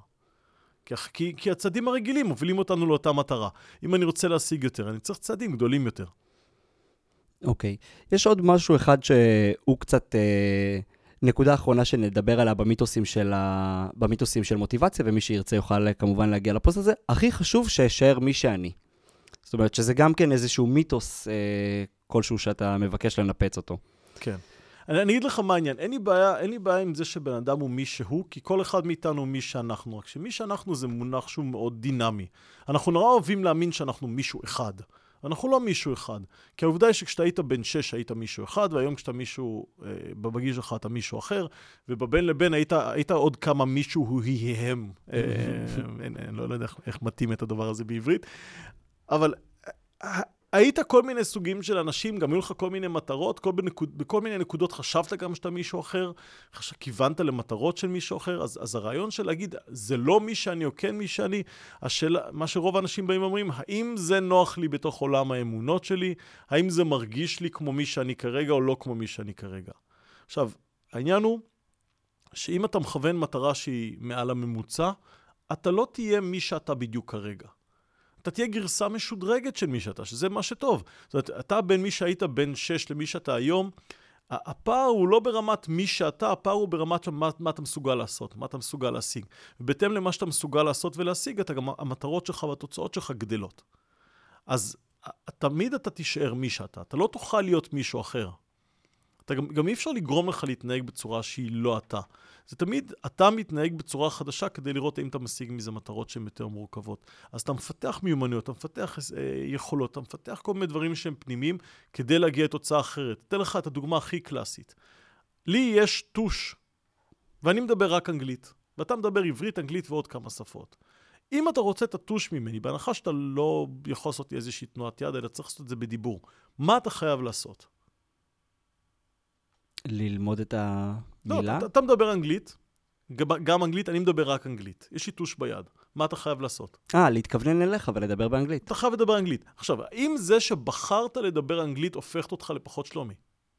כי הצעדים הרגילים מובילים אותנו לאותה מטרה. אם אני רוצה להשיג יותר, אני צריך צעדים גדולים יותר. אוקיי. יש עוד משהו אחד שהוא קצת נקודה אחרונה שנדבר עליה במיתוסים של מוטיבציה, ומי שירצה יוכל כמובן להגיע לפוסט הזה. הכי חשוב שישאר מי שאני. זאת אומרת שזה גם כן איזשהו מיתוס כלשהו שאתה מבקש לנפץ אותו. כן. אני אגיד לך מה העניין. אין לי בעיה עם זה שבן אדם הוא מי שהוא, כי כל אחד מאיתנו הוא מי שאנחנו. רק שמי שאנחנו זה מונח שהוא מאוד דינמי. אנחנו נורא אוהבים להאמין שאנחנו מישהו אחד. אנחנו לא מישהו אחד. כי העובדה היא שכשאתה היית בן 6 היית מישהו אחד, והיום כשאתה מישהו, בגיל שלך אתה מישהו אחר, ובבין לבין היית עוד כמה מישהו הוא הם. אני לא יודע איך מתאים את הדבר הזה בעברית. אבל היית כל מיני סוגים של אנשים, גם היו לך כל מיני מטרות, בכל מיני נקודות חשבת גם שאתה מישהו אחר, כיוונת למטרות של מישהו אחר, אז הרעיון של להגיד, זה לא מי שאני או כן מי שאני, מה שרוב האנשים באים אומרים, האם זה נוח לי בתוך עולם האמונות שלי, האם זה מרגיש לי כמו מי שאני כרגע או לא כמו מי שאני כרגע. עכשיו, העניין הוא, שאם אתה מכוון מטרה שהיא מעל הממוצע, אתה לא תהיה מי שאתה בדיוק כרגע. אתה תהיה גרסה משודרגת של מי שאתה, שזה מה שטוב. זאת אומרת, אתה בין מי שהיית בין 6 למי שאתה היום, הפער הוא לא ברמת מי שאתה, הפער הוא ברמת מה אתה מסוגל לעשות, מה אתה מסוגל להשיג. ובהתאם למה שאתה מסוגל לעשות ולהשיג, גם המטרות שלך והתוצאות שלך גדלות. אז תמיד אתה תישאר מי שאתה, אתה לא תוכל להיות מישהו אחר. גם אי אפשר לגרום לך להתנהג בצורה שהיא לא אתה. זה תמיד, אתה מתנהג בצורה חדשה כדי לראות האם אתה משיג מזה מטרות שהן יותר מורכבות. אז אתה מפתח מיומנויות, אתה מפתח יכולות, אתה מפתח כל מיני דברים שהם פנימיים כדי להגיע לתוצאה אחרת. אתן לך את הדוגמה הכי קלאסית. לי יש טוש, ואני מדבר רק אנגלית, ואתה מדבר עברית, אנגלית ועוד כמה שפות. אם אתה רוצה את הטוש ממני, בהנחה שאתה לא יכול לעשות איזושהי תנועת יד, אלא צריך לעשות את זה בדיבור, מה אתה חייב לעשות? ללמוד את המילה? לא, אתה מדבר אנגלית, גם אנגלית, אני מדבר רק אנגלית. יש לי טוש ביד. מה אתה חייב לעשות? להתכוונן אליך ולדבר באנגלית. אתה חייב לדבר אנגלית. עכשיו, האם זה שבחרת לדבר אנגלית הופכת אותך לפחות שלומי?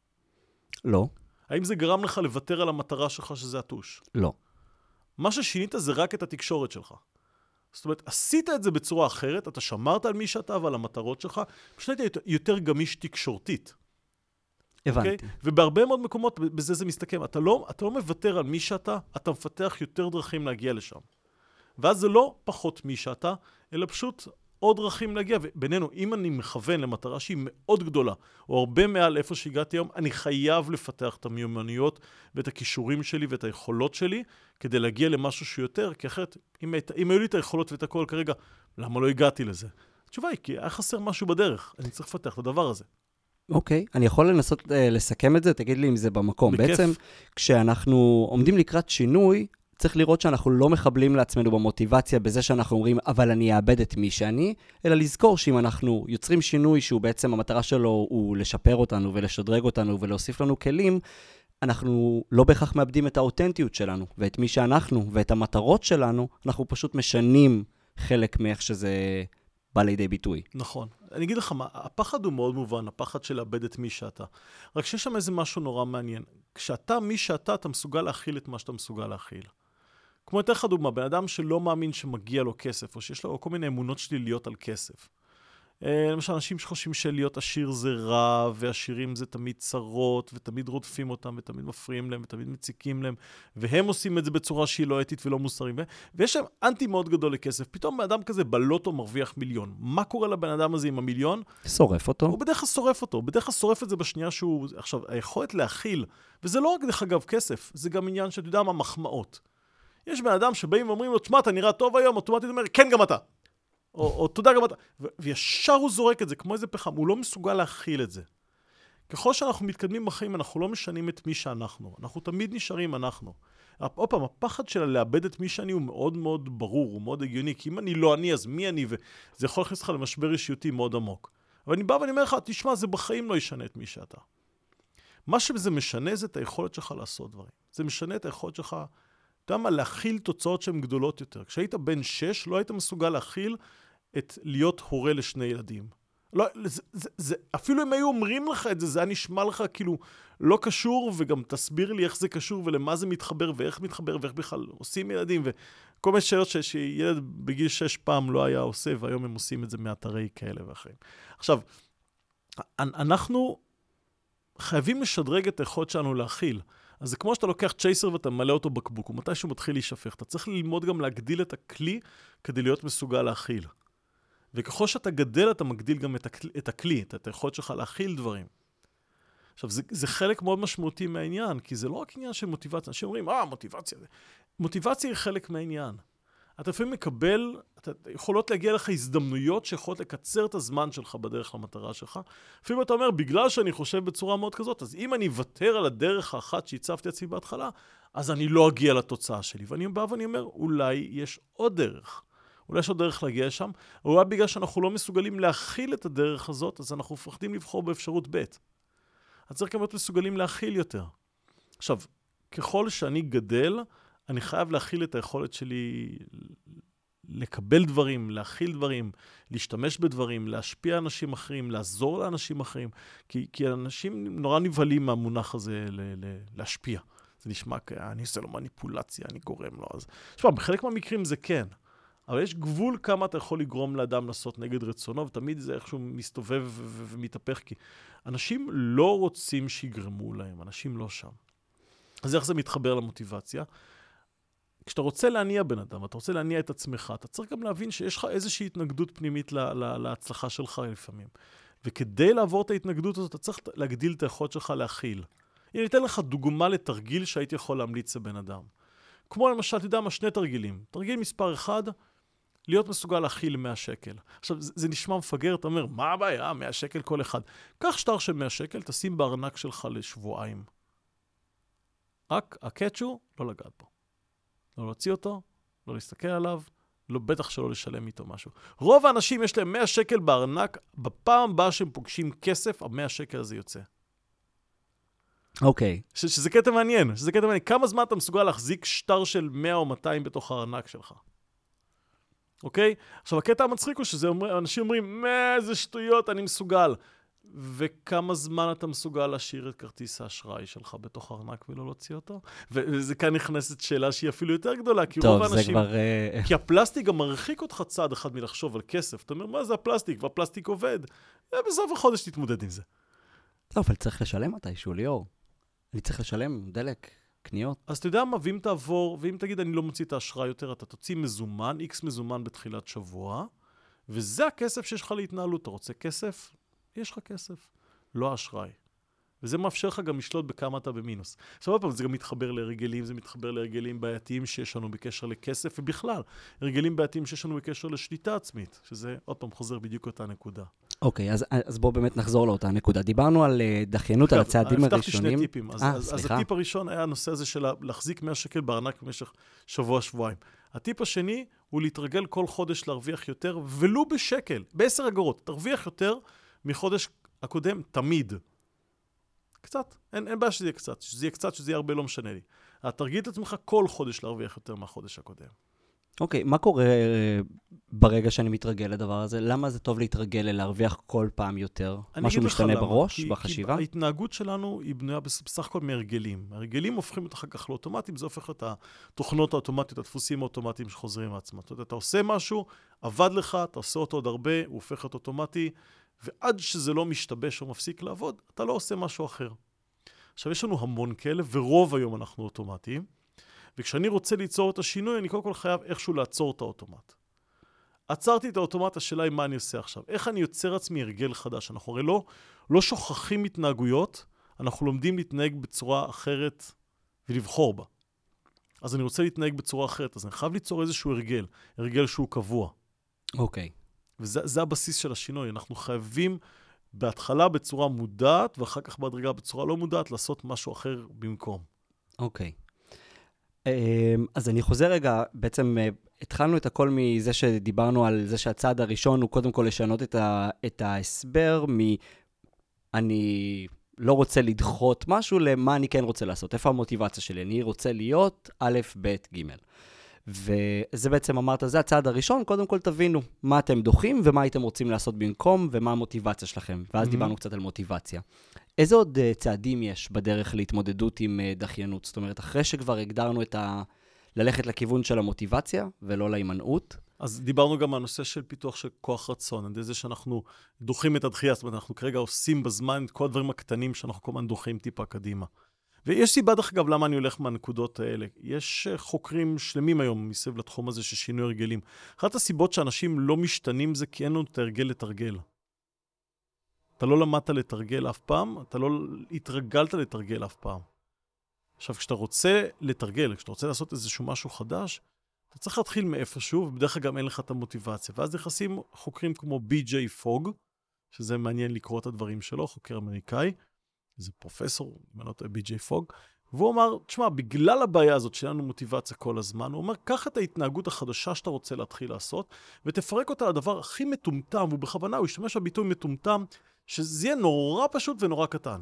לא. האם זה גרם לך לוותר על המטרה שלך שזה הטוש? לא. מה ששינית זה רק את התקשורת שלך. זאת אומרת, עשית את זה בצורה אחרת, אתה שמרת על מי שאתה ועל המטרות שלך, פשוט היית יותר גמיש תקשורתית. הבנתי. Okay? ובהרבה מאוד מקומות בזה זה מסתכם. אתה לא מוותר על מי שאתה, אתה מפתח יותר דרכים להגיע לשם. ואז זה לא פחות מי שאתה, אלא פשוט עוד דרכים להגיע. ובינינו, אם אני מכוון למטרה שהיא מאוד גדולה, או הרבה מעל איפה שהגעתי היום, אני חייב לפתח את המיומנויות ואת הכישורים שלי ואת היכולות שלי, כדי להגיע למשהו שיותר, כי אחרת, אם היו לי את היכולות ואת הכל כרגע, למה לא הגעתי לזה? התשובה היא, כי היה חסר משהו בדרך. אני צריך לפתח את הדבר הזה. אוקיי, אני יכול לנסות לסכם את זה, תגיד לי אם זה במקום. בכיף. בעצם, כשאנחנו עומדים לקראת שינוי, צריך לראות שאנחנו לא מחבלים לעצמנו במוטיבציה בזה שאנחנו אומרים, אבל אני אאבד את מי שאני, אלא לזכור שאם אנחנו יוצרים שינוי שהוא בעצם המטרה שלו הוא לשפר אותנו ולשדרג אותנו ולהוסיף לנו כלים, אנחנו לא בהכרח מאבדים את האותנטיות שלנו ואת מי שאנחנו ואת המטרות שלנו, אנחנו פשוט משנים חלק מאיך שזה בא לידי ביטוי. נכון. אני אגיד לך מה, הפחד הוא מאוד מובן, הפחד של לאבד את מי שאתה. רק שיש שם איזה משהו נורא מעניין. כשאתה מי שאתה, אתה מסוגל להכיל את מה שאתה מסוגל להכיל. כמו יותר לך דוגמה, בן אדם שלא מאמין שמגיע לו כסף, או שיש לו כל מיני אמונות שליליות על כסף. למשל, אנשים שחושבים שלהיות עשיר זה רע, ועשירים זה תמיד צרות, ותמיד רודפים אותם, ותמיד מפריעים להם, ותמיד מציקים להם, והם עושים את זה בצורה שהיא לא אתית ולא מוסרית. ויש שם אנטי מאוד גדול לכסף. פתאום בן אדם כזה בלוטו מרוויח מיליון. מה קורה לבן אדם הזה עם המיליון? שורף אותו. הוא בדרך כלל שורף אותו. הוא בדרך כלל שורף את זה בשנייה שהוא... עכשיו, היכולת להכיל, וזה לא רק דרך אגב כסף, זה גם עניין שאתה יודע מה, מחמאות. יש בן אדם שבאים ואומרים לו, תשמע, אתה נראה טוב היום, אוטומטית אומר, כן, גם אתה. או תודה גם אתה. וישר הוא זורק את זה, כמו איזה פחם. הוא לא מסוגל להכיל את זה. ככל שאנחנו מתקדמים בחיים, אנחנו לא משנים את מי שאנחנו. אנחנו תמיד נשארים אנחנו. עוד פעם, הפחד שלה לאבד את מי שאני הוא מאוד מאוד ברור, הוא מאוד הגיוני, כי אם אני לא אני, אז מי אני? וזה יכול להכניס לך למשבר אישיותי מאוד עמוק. אבל אני בא ואני אומר לך, תשמע, זה בחיים לא ישנה את מי שאתה. מה שזה משנה זה את היכולת שלך לעשות דברים. זה משנה את היכולת שלך, אתה יודע מה, להכיל תוצאות שהן גדולות יותר. כשהיית בן 6, לא היית מסוגל להכיל את להיות הורה לשני ילדים. לא, אפילו אם היו אומרים לך את זה, זה היה נשמע לך כאילו לא קשור, וגם תסביר לי איך זה קשור, ולמה זה מתחבר, ואיך מתחבר, ואיך בכלל עושים ילדים, וכל מיני שאלות שילד בגיל 6 פעם לא היה עושה, והיום הם עושים את זה מאתרי כאלה ואחרים. עכשיו, אנחנו חייבים לשדרג את היכולת שלנו להכיל. אז זה כמו שאתה לוקח צ'ייסר ואתה מלא אותו בקבוק, ומתי שהוא מתחיל להישפך, אתה צריך ללמוד גם להגדיל את הכלי כדי להיות מסוגל להכיל. וככל שאתה גדל, אתה מגדיל גם את הכלי, את היכולת שלך להכיל דברים. עכשיו, זה חלק מאוד משמעותי מהעניין, כי זה לא רק עניין של מוטיבציה. אנשים אומרים, מוטיבציה. מוטיבציה היא חלק מהעניין. אתה לפעמים מקבל, אתה יכולות להגיע לך הזדמנויות שיכולות לקצר את הזמן שלך בדרך למטרה שלך. לפעמים אתה אומר, בגלל שאני חושב בצורה מאוד כזאת, אז אם אני אוותר על הדרך האחת שהצבתי עצמי בהתחלה, אז אני לא אגיע לתוצאה שלי. ואני בא ואני אומר, אולי יש עוד דרך. אולי יש עוד דרך להגיע שם, או אולי בגלל שאנחנו לא מסוגלים להכיל את הדרך הזאת, אז אנחנו מפחדים לבחור באפשרות ב'. אז צריך גם להיות מסוגלים להכיל יותר. עכשיו, ככל שאני גדל, אני חייב להכיל את היכולת שלי לקבל דברים, להכיל דברים, להשתמש בדברים, להשפיע אנשים אחרים, לעזור לאנשים אחרים, כי אנשים נורא נבהלים מהמונח הזה להשפיע. זה נשמע, אני עושה לו מניפולציה, אני גורם לו. אז, שמה, בחלק מהמקרים זה כן. אבל יש גבול כמה אתה יכול לגרום לאדם לעשות נגד רצונו, ותמיד זה איכשהו מסתובב ומתהפך, כי אנשים לא רוצים שיגרמו להם, אנשים לא שם. אז איך זה מתחבר למוטיבציה? כשאתה רוצה להניע בן אדם, אתה רוצה להניע את עצמך, אתה צריך גם להבין שיש לך איזושהי התנגדות פנימית להצלחה שלך לפעמים. וכדי לעבור את ההתנגדות הזאת, אתה צריך להגדיל את היכולת שלך להכיל. אני אתן לך דוגמה לתרגיל שהייתי יכול להמליץ לבן אדם. כמו למשל, אתה יודע מה, 2 תרגילים. תרגיל מספר 1, להיות מסוגל להכיל 100 שקל. עכשיו, זה נשמע מפגר, אתה אומר, מה הבעיה? 100 שקל כל אחד. קח שטר של 100 שקל, תשים בארנק שלך לשבועיים. רק הקטשו, לא לגעת בו. לא להוציא אותו, לא להסתכל עליו, לא, בטח שלא לשלם איתו משהו. רוב האנשים יש להם 100 שקל בארנק, בפעם הבאה שהם פוגשים כסף, ה-100 שקל הזה יוצא. אוקיי. שזה קטע מעניין, כמה זמן אתה מסוגל להחזיק שטר של 100 או 200 בתוך הארנק שלך? אוקיי? עכשיו, הקטע המצחיק הוא אנשים אומרים, איזה שטויות, אני מסוגל. וכמה זמן אתה מסוגל להשאיר את כרטיס האשראי שלך בתוך הארנק ולא להוציא אותו? וזה כאן נכנסת שאלה שהיא אפילו יותר גדולה, כי רוב האנשים... כבר... כי הפלסטיק גם מרחיק אותך צעד אחד מלחשוב על כסף. אתה אומר, מה זה הפלסטיק? והפלסטיק עובד. בסוף החודש תתמודד עם זה. לא, אבל צריך לשלם מתישהו, ליאור. אני צריך לשלם דלק, קניות. אז אתה יודע מה, ואם תעבור, ואם תגיד אני לא מוציא את האשראי יותר, אתה תוציא מזומן, X מזומן בתחילת שבוע, וזה הכסף שיש לך להתנהלות. אתה רוצה כסף? יש לך כסף. לא אשראי. וזה מאפשר לך גם לשלוט בכמה אתה במינוס. עכשיו, עוד פעם, זה גם מתחבר להרגלים, זה מתחבר להרגלים בעייתיים שיש לנו בקשר לכסף, ובכלל, הרגלים בעייתיים שיש לנו בקשר לשליטה עצמית, שזה, עוד פעם, חוזר בדיוק אותה נקודה. אוקיי, אז בואו באמת נחזור לאותה נקודה. דיברנו על דחיינות, על הצעדים הראשונים. הבטחתי 2 טיפים. אז הטיפ הראשון היה הנושא הזה של להחזיק 100 שקל בארנק במשך שבוע-שבועיים. הטיפ השני הוא להתרגל כל חודש להרוויח יותר, ולו בשקל, ב10 אגורות. תרוויח יותר מחודש הקודם, תמיד. קצת, אין בעיה שזה יהיה קצת. שזה יהיה קצת, שזה יהיה הרבה, לא משנה לי. תרגיל את עצמך כל חודש להרוויח יותר מהחודש הקודם. אוקיי, מה קורה ברגע שאני מתרגל לדבר הזה? למה זה טוב להתרגל להרוויח כל פעם יותר? משהו משתנה בראש, בחשיבה? כי ההתנהגות שלנו היא בנויה בסך הכל מהרגלים. הרגלים הופכים אחר כך לאוטומטיים, זה הופך את התוכנות האוטומטיות, הדפוסים האוטומטיים שחוזרים מעצמם. אתה עושה משהו, עבד לך, אתה עושה אותו עוד הרבה, הוא הופך להיות אוטומטי, ועד שזה לא משתבש או מפסיק לעבוד, אתה לא עושה משהו אחר. עכשיו, יש לנו המון כאלה, ורוב היום אנחנו אוטומטיים, וכשאני רוצה ליצור את השינוי, אני קודם כל חייב איכשהו לעצור את האוטומט. עצרתי את האוטומט, השאלה היא מה אני עושה עכשיו. איך אני יוצר עצמי הרגל חדש? אנחנו הרי לא שוכחים התנהגויות, אנחנו לומדים להתנהג בצורה אחרת ולבחור בה. אז אני רוצה להתנהג בצורה אחרת, אז אני חייב ליצור איזשהו הרגל שהוא קבוע. אוקיי. וזה הבסיס של השינוי. אנחנו חייבים בהתחלה בצורה מודעת, ואחר כך בהדרגה בצורה לא מודעת, לעשות משהו אחר במקום. אוקיי. אז אני חוזר רגע, בעצם התחלנו את הכל מזה שדיברנו על זה שהצעד הראשון הוא קודם כל לשנות את ההסבר אני לא רוצה לדחות משהו למה אני כן רוצה לעשות, איפה המוטיבציה שלי, אני רוצה להיות א', ב', ג'. וזה בעצם אמרת, זה הצעד הראשון, קודם כל תבינו מה אתם דוחים ומה הייתם רוצים לעשות במקום ומה המוטיבציה שלכם. ואז דיברנו קצת על מוטיבציה. איזה עוד צעדים יש בדרך להתמודדות עם דחיינות? זאת אומרת, אחרי שכבר הגדרנו ללכת לכיוון של המוטיבציה ולא להימנעות. אז דיברנו גם על הנושא של פיתוח של כוח רצון, על זה שאנחנו דוחים את הדחייה, זאת אומרת, אנחנו כרגע עושים בזמן את כל הדברים הקטנים שאנחנו כל הזמן דוחים טיפה קדימה. ויש סיבה דרך אגב למה אני הולך מהנקודות האלה. יש חוקרים שלמים היום מסביב לתחום הזה של שינוי הרגלים. אחת הסיבות שאנשים לא משתנים זה כי אין לנו את ההרגל לתרגל. אתה לא למדת לתרגל אף פעם, אתה לא התרגלת לתרגל אף פעם. עכשיו, כשאתה רוצה לתרגל, כשאתה רוצה לעשות איזשהו משהו חדש, אתה צריך להתחיל מאיפשהו, ובדרך כלל גם אין לך את המוטיבציה. ואז נכנסים חוקרים כמו בי.ג'יי פוג, שזה מעניין לקרוא את הדברים שלו, חוקר אמריקאי, זה פרופסור, בי.ג'יי פוג, והוא אמר, תשמע, בגלל הבעיה הזאת שלנו מוטיבציה כל הזמן, הוא אומר, קח את ההתנהגות החדשה שאתה רוצה להתחיל לעשות, ותפרק אותה לדבר הכי מטומטם, ובכוונה הוא ישתמש בביטוי מטומטם, שזה יהיה נורא פשוט ונורא קטן.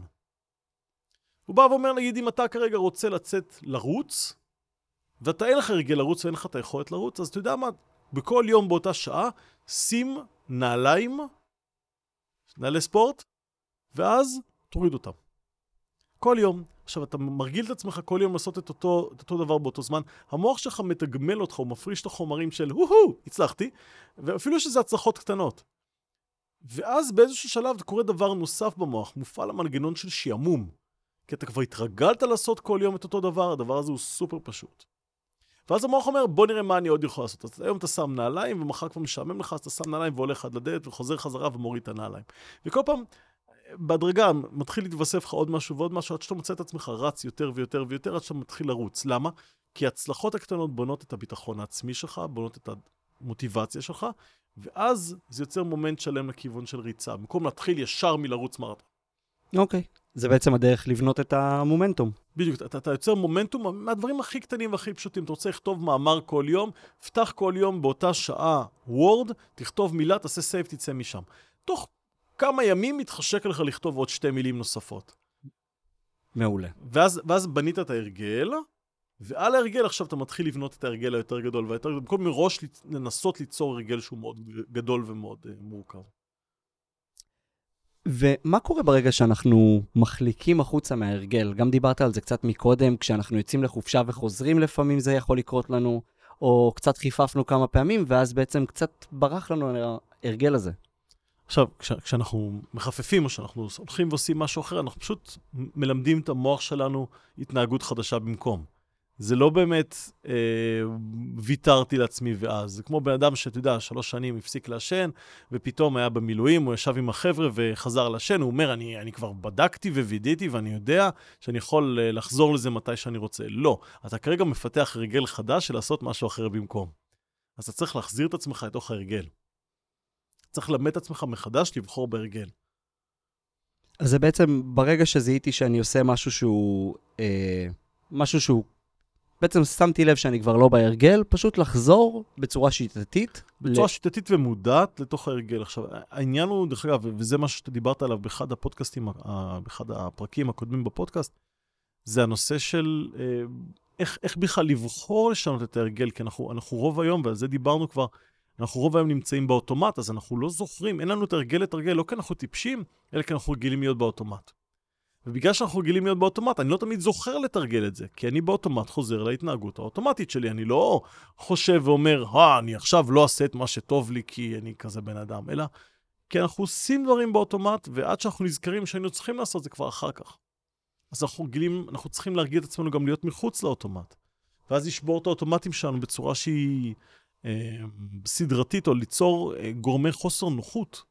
הוא בא ואומר, נגיד, אם אתה כרגע רוצה לצאת לרוץ, ואתה אין לך הרגל לרוץ ואין לך את היכולת לרוץ, אז אתה יודע מה, בכל יום באותה שעה, שים נעליים, נעלי ספורט, ואז תוריד אותם. כל יום. עכשיו, אתה מרגיל את עצמך כל יום לעשות את אותו דבר באותו זמן. המוח שלך מתגמל אותך, הוא מפריש את החומרים של, הצלחתי, ואפילו שזה הצלחות קטנות. ואז באיזשהו שלב קורה דבר נוסף במוח, מופעל המנגנון של שיעמום. כי אתה כבר התרגלת לעשות כל יום את אותו דבר, הדבר הזה הוא סופר פשוט. ואז המוח אומר, בוא נראה מה אני עוד יכול לעשות. אז היום אתה שם נעליים, ומחר כבר משעמם לך, אז אתה שם נעליים והולך עד לדלת, וחוזר חזרה ומוריד את הנעליים. וכל פעם, בהדרגה, מתחיל להתווסף לך עוד משהו ועוד משהו, עד שאתה מוצא את עצמך רץ יותר ויותר ויותר, עד שאתה מתחיל לרוץ. למה? כי ההצלחות הקטנות בונות את הביטחון העצמי שלך, בונות את המוטיבציה שלך, ואז זה יוצר מומנט שלם לכיוון של ריצה, במקום להתחיל ישר מלרוץ מרתון. אוקיי. זה בעצם הדרך לבנות את המומנטום. בדיוק, אתה יוצר מומנטום מהדברים הכי קטנים והכי פשוטים. אתה רוצה לכתוב מאמר כל יום, פתח כל יום באותה שעה וורד, תכתוב מילה, תעשה סייב, תצא משם. תוך כמה ימים מתחשק לך לכתוב עוד 2 מילים נוספות. מעולה. ואז בנית את ההרגל, ועל ההרגל עכשיו אתה מתחיל לבנות את ההרגל היותר גדול והיותר גדול, במקום מראש לנסות ליצור הרגל שהוא מאוד גדול ומאוד מורכב. ומה קורה ברגע שאנחנו מחליקים החוצה מההרגל? גם דיברת על זה קצת מקודם, כשאנחנו יוצאים לחופשה וחוזרים לפעמים זה יכול לקרות לנו, או קצת חיפפנו כמה פעמים, ואז בעצם קצת ברח לנו ההרגל הזה. עכשיו, כשאנחנו מחפפים או שאנחנו הולכים ועושים משהו אחר, אנחנו פשוט מלמדים את המוח שלנו התנהגות חדשה במקום. זה לא באמת ויתרתי לעצמי ואז. זה כמו בן אדם שאתה יודע, 3 שנים הפסיק לעשן, ופתאום היה במילואים, הוא ישב עם החבר'ה וחזר לעשן, הוא אומר, אני כבר בדקתי ווידאתי, ואני יודע שאני יכול לחזור לזה מתי שאני רוצה. לא, אתה כרגע מפתח הרגל חדש של לעשות משהו אחר במקום. אז אתה צריך להחזיר את עצמך לתוך ההרגל. צריך ללמד את עצמך מחדש לבחור בהרגל. אז זה בעצם ברגע שזיהיתי שאני עושה משהו שהוא בעצם שמתי לב שאני כבר לא בהרגל, פשוט לחזור בצורה שיטתית. בצורה שיטתית ומודעת לתוך ההרגל. עכשיו, העניין הוא, דרך אגב, וזה משהו שאתה דיברת עליו באחד הפודקאסטים, באחד הפרקים הקודמים בפודקאסט, זה הנושא של איך בכלל לבחור לשנות את ההרגל, כי אנחנו רוב היום, ועל זה דיברנו כבר, אנחנו רוב היום נמצאים באוטומט, אז אנחנו לא זוכרים, אין לנו את ההרגל לתרגל, לא כי אנחנו טיפשים, אלא כי אנחנו רגילים להיות באוטומט. ובגלל שאנחנו רגילים להיות באוטומט, אני לא תמיד זוכר לתרגל את זה, כי אני באוטומט חוזר להתנהגות האוטומטית שלי, אני לא חושב ואומר, אני עכשיו לא אעשה את מה שטוב לי, כי אני כזה בן אדם, אלא כי אנחנו עושים דברים באוטומט, ועד שאנחנו נזכרים שהיינו צריכים לעשות זה כבר אחר כך. אז אנחנו צריכים להרגיל את עצמנו גם להיות מחוץ לאוטומט, ואז לשבור את האוטומטים שלנו בצורה שהיא סדרתית, או ליצור גורמי חוסר נוחות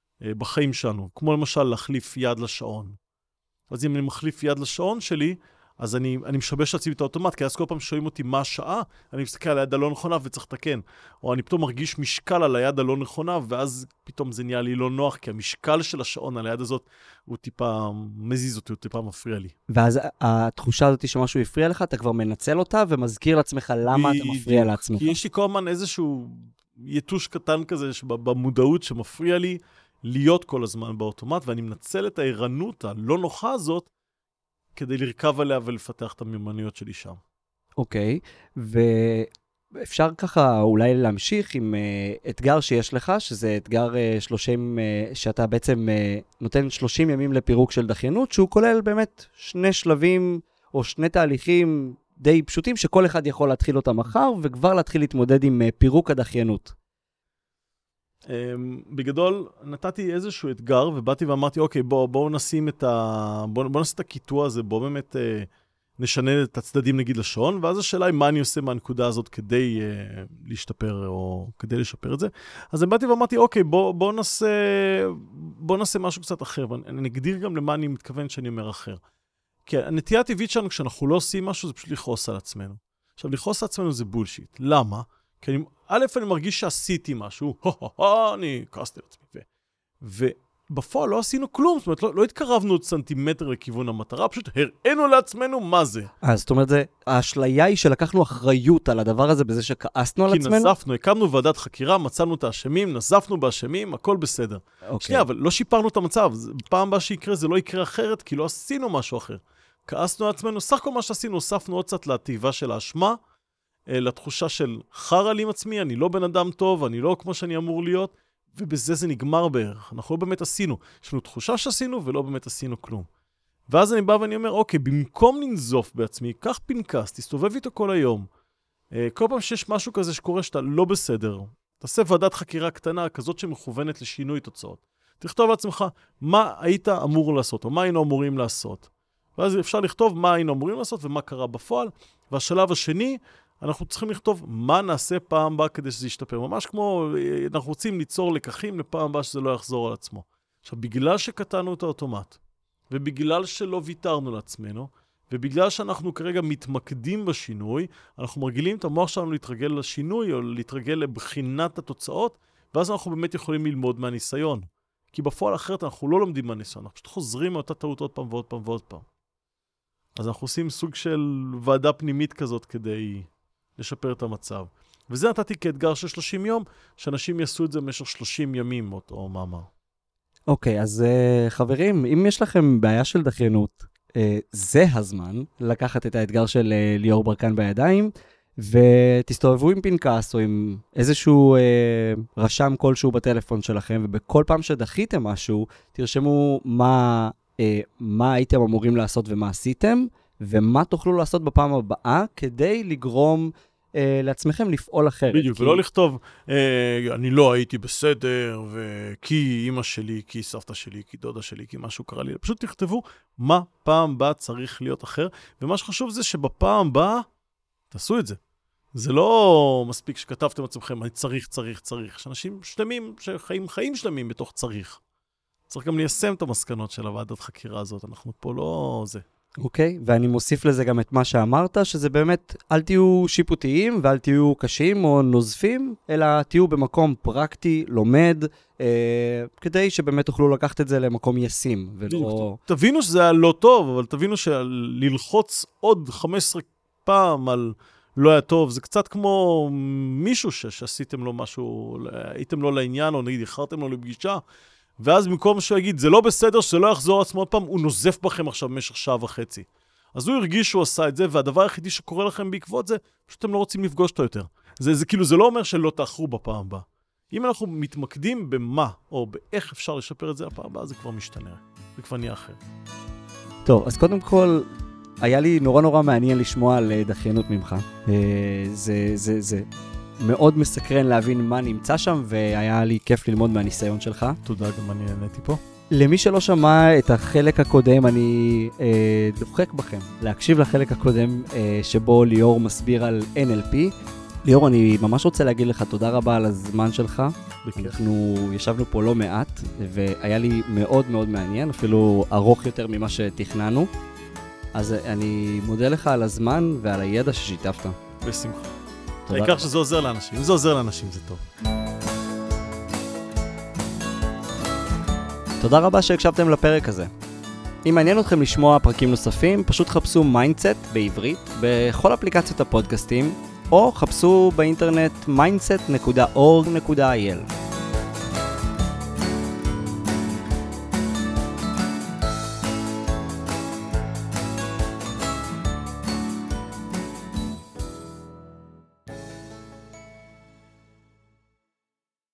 בחיים שלנו, כמו למשל להחליף יד לשעון. אז אם אני מחליף יד לשעון שלי, אז אני משבש לעצמי את האוטומט, כי אז כל פעם שואלים אותי מה השעה, אני מסתכל על היד הלא נכונה וצריך לתקן. או אני פתאום מרגיש משקל על היד הלא נכונה, ואז פתאום זה נהיה לי לא נוח, כי המשקל של השעון על היד הזאת הוא טיפה מזיז אותי, הוא טיפה מפריע לי. ואז התחושה הזאת שמשהו הפריע לך, אתה כבר מנצל אותה ומזכיר לעצמך למה אתה מפריע לעצמך. כי יש לי כל הזמן איזשהו יתוש קטן כזה במודעות שמפריע לי להיות כל הזמן באוטומט, ואני מנצל את הערנות הלא נוחה הזאת, כדי לרכב עליה ולפתח את המיומנויות שלי שם. אוקיי, ואפשר ככה אולי להמשיך עם אתגר שיש לך, שזה אתגר 30, שאתה בעצם נותן 30 ימים לפירוק של דחיינות, שהוא כולל באמת 2 שלבים או 2 תהליכים די פשוטים, שכל אחד יכול להתחיל אותם מחר, וכבר להתחיל להתמודד עם פירוק הדחיינות. בגדול, נתתי איזשהו אתגר, ובאתי ואמרתי, אוקיי, בואו נשים את הקיטוע הזה, בואו באמת נשנה את הצדדים נגיד לשעון, ואז השאלה היא מה אני עושה מהנקודה הזאת כדי להשתפר, או כדי לשפר את זה. אז באתי ואמרתי, אוקיי, בואו נעשה משהו קצת אחר, ואני נגדיר גם למה אני מתכוון שאני אומר אחר. כי הנטייה הטבעית שלנו, כשאנחנו לא עושים משהו, זה פשוט לכעוס על עצמנו. עכשיו, לכעוס על עצמנו זה בולשיט. למה? כי אני מרגיש שעשיתי משהו, אני כעסתי על עצמי. ובפועל לא עשינו כלום, זאת אומרת, לא התקרבנו עוד סנטימטר לכיוון המטרה, פשוט הראינו לעצמנו מה זה. זאת אומרת, האשליה היא שלקחנו אחריות על הדבר הזה בזה שכעסנו על עצמנו? כי נזפנו, הקמנו ועדת חקירה, מצאנו את האשמים, נזפנו באשמים, הכל בסדר. שנייה, אבל לא שיפרנו את המצב. פעם הבאה שיקרה זה לא יקרה אחרת, כי לא עשינו משהו אחר. כעסנו על עצמנו, סך כל מה שעשינו, הוספנו עוד קצת לתיבה של האשמה, לתחושה של חרא לי עם עצמי, אני לא בן אדם טוב, אני לא כמו שאני אמור להיות, ובזה זה נגמר בערך. אנחנו לא באמת עשינו. יש לנו תחושה שעשינו ולא באמת עשינו כלום. ואז אני בא ואני אומר, אוקיי, במקום לנזוף בעצמי, קח פנקס, תסתובב איתו כל היום. כל פעם שיש משהו כזה שקורה שאתה לא בסדר, תעשה ועדת חקירה קטנה, כזאת שמכוונת לשינוי תוצאות. תכתוב לעצמך מה היית אמור לעשות, או מה היינו אמורים לעשות. ואז אפשר לכתוב מה היינו אמורים לעשות ומה קרה בפועל. והשלב השני, אנחנו צריכים לכתוב מה נעשה פעם הבאה כדי שזה ישתפר. ממש כמו, אנחנו רוצים ליצור לקחים לפעם הבאה שזה לא יחזור על עצמו. עכשיו, בגלל שקטענו את האוטומט, ובגלל שלא ויתרנו לעצמנו, ובגלל שאנחנו כרגע מתמקדים בשינוי, אנחנו מרגילים את המוח שלנו להתרגל לשינוי, או להתרגל לבחינת התוצאות, ואז אנחנו באמת יכולים ללמוד מהניסיון. כי בפועל אחרת אנחנו לא לומדים מהניסיון, אנחנו פשוט חוזרים מאותה טעות עוד פעם ועוד פעם ועוד פעם. אז אנחנו עושים סוג של ועדה פנימית כזאת כדי לשפר את המצב. וזה נתתי כאתגר של 30 יום, שאנשים יעשו את זה במשך 30 ימים, או מאמר. אוקיי, אז חברים, אם יש לכם בעיה של דחיינות, זה הזמן לקחת את האתגר של ליאור ברקן בידיים, ותסתובבו עם פנקס או עם איזשהו רשם כלשהו בטלפון שלכם, ובכל פעם שדחיתם משהו, תרשמו מה הייתם אמורים לעשות ומה עשיתם, ומה תוכלו לעשות בפעם הבאה כדי לגרום לעצמכם לפעול אחרת. בדיוק, ולא לכתוב, אני לא הייתי בסדר, כי אמא שלי, כי סבתא שלי, כי דודה שלי, כי משהו קרה לי. פשוט תכתבו מה פעם הבאה צריך להיות אחר, ומה שחשוב זה שבפעם הבאה תעשו את זה. זה לא מספיק שכתבתם עצמכם, אני צריך. יש אנשים שלמים שחיים חיים שלמים בתוך צריך. צריך גם ליישם את המסקנות של הוועדת חקירה הזאת, אנחנו פה לא זה. אוקיי, ואני מוסיף לזה גם את מה שאמרת, שזה באמת, אל תהיו שיפוטיים ואל תהיו קשים או נוזפים, אלא תהיו במקום פרקטי, לומד, כדי שבאמת תוכלו לקחת את זה למקום ישים. ולא... תבינו שזה היה לא טוב, אבל תבינו שללחוץ עוד 15 פעם על לא היה טוב, זה קצת כמו מישהו שעשיתם לו משהו, הייתם לו לעניין, או נגיד, איחרתם לו לפגישה, ואז במקום שהוא יגיד, זה לא בסדר, שזה לא יחזור עצמו עוד פעם, הוא נוזף בכם עכשיו במשך 1.5 שעה. אז הוא הרגיש שהוא עשה את זה, והדבר היחידי שקורה לכם בעקבות זה, פשוט אתם לא רוצים לפגוש אותו יותר. זה כאילו, זה לא אומר שלא תאחרו בפעם הבאה. אם אנחנו מתמקדים במה, או באיך אפשר לשפר את זה הפעם הבאה, זה כבר משתנה. זה כבר נהיה אחר. טוב, אז קודם כל, היה לי נורא מעניין לשמוע על דחיינות ממך. זה מאוד מסקרן להבין מה נמצא שם, והיה לי כיף ללמוד מהניסיון שלך. תודה, גם אני נהניתי פה. למי שלא שמע את החלק הקודם, אני דוחק בכם להקשיב לחלק הקודם שבו ליאור מסביר על NLP. ליאור, אני ממש רוצה להגיד לך תודה רבה על הזמן שלך. אנחנו ישבנו פה לא מעט, והיה לי מאוד מעניין, אפילו ארוך יותר ממה שתכננו. אז אני מודה לך על הזמן ועל הידע ששיתפת. בשמחה. העיקר שזה עוזר לאנשים. אם זה עוזר לאנשים זה טוב. תודה רבה שהקשבתם לפרק הזה. אם מעניין אתכם לשמוע פרקים נוספים, פשוט חפשו מיינדסט בעברית בכל אפליקציות הפודקאסטים, או חפשו באינטרנט mindset.org.il.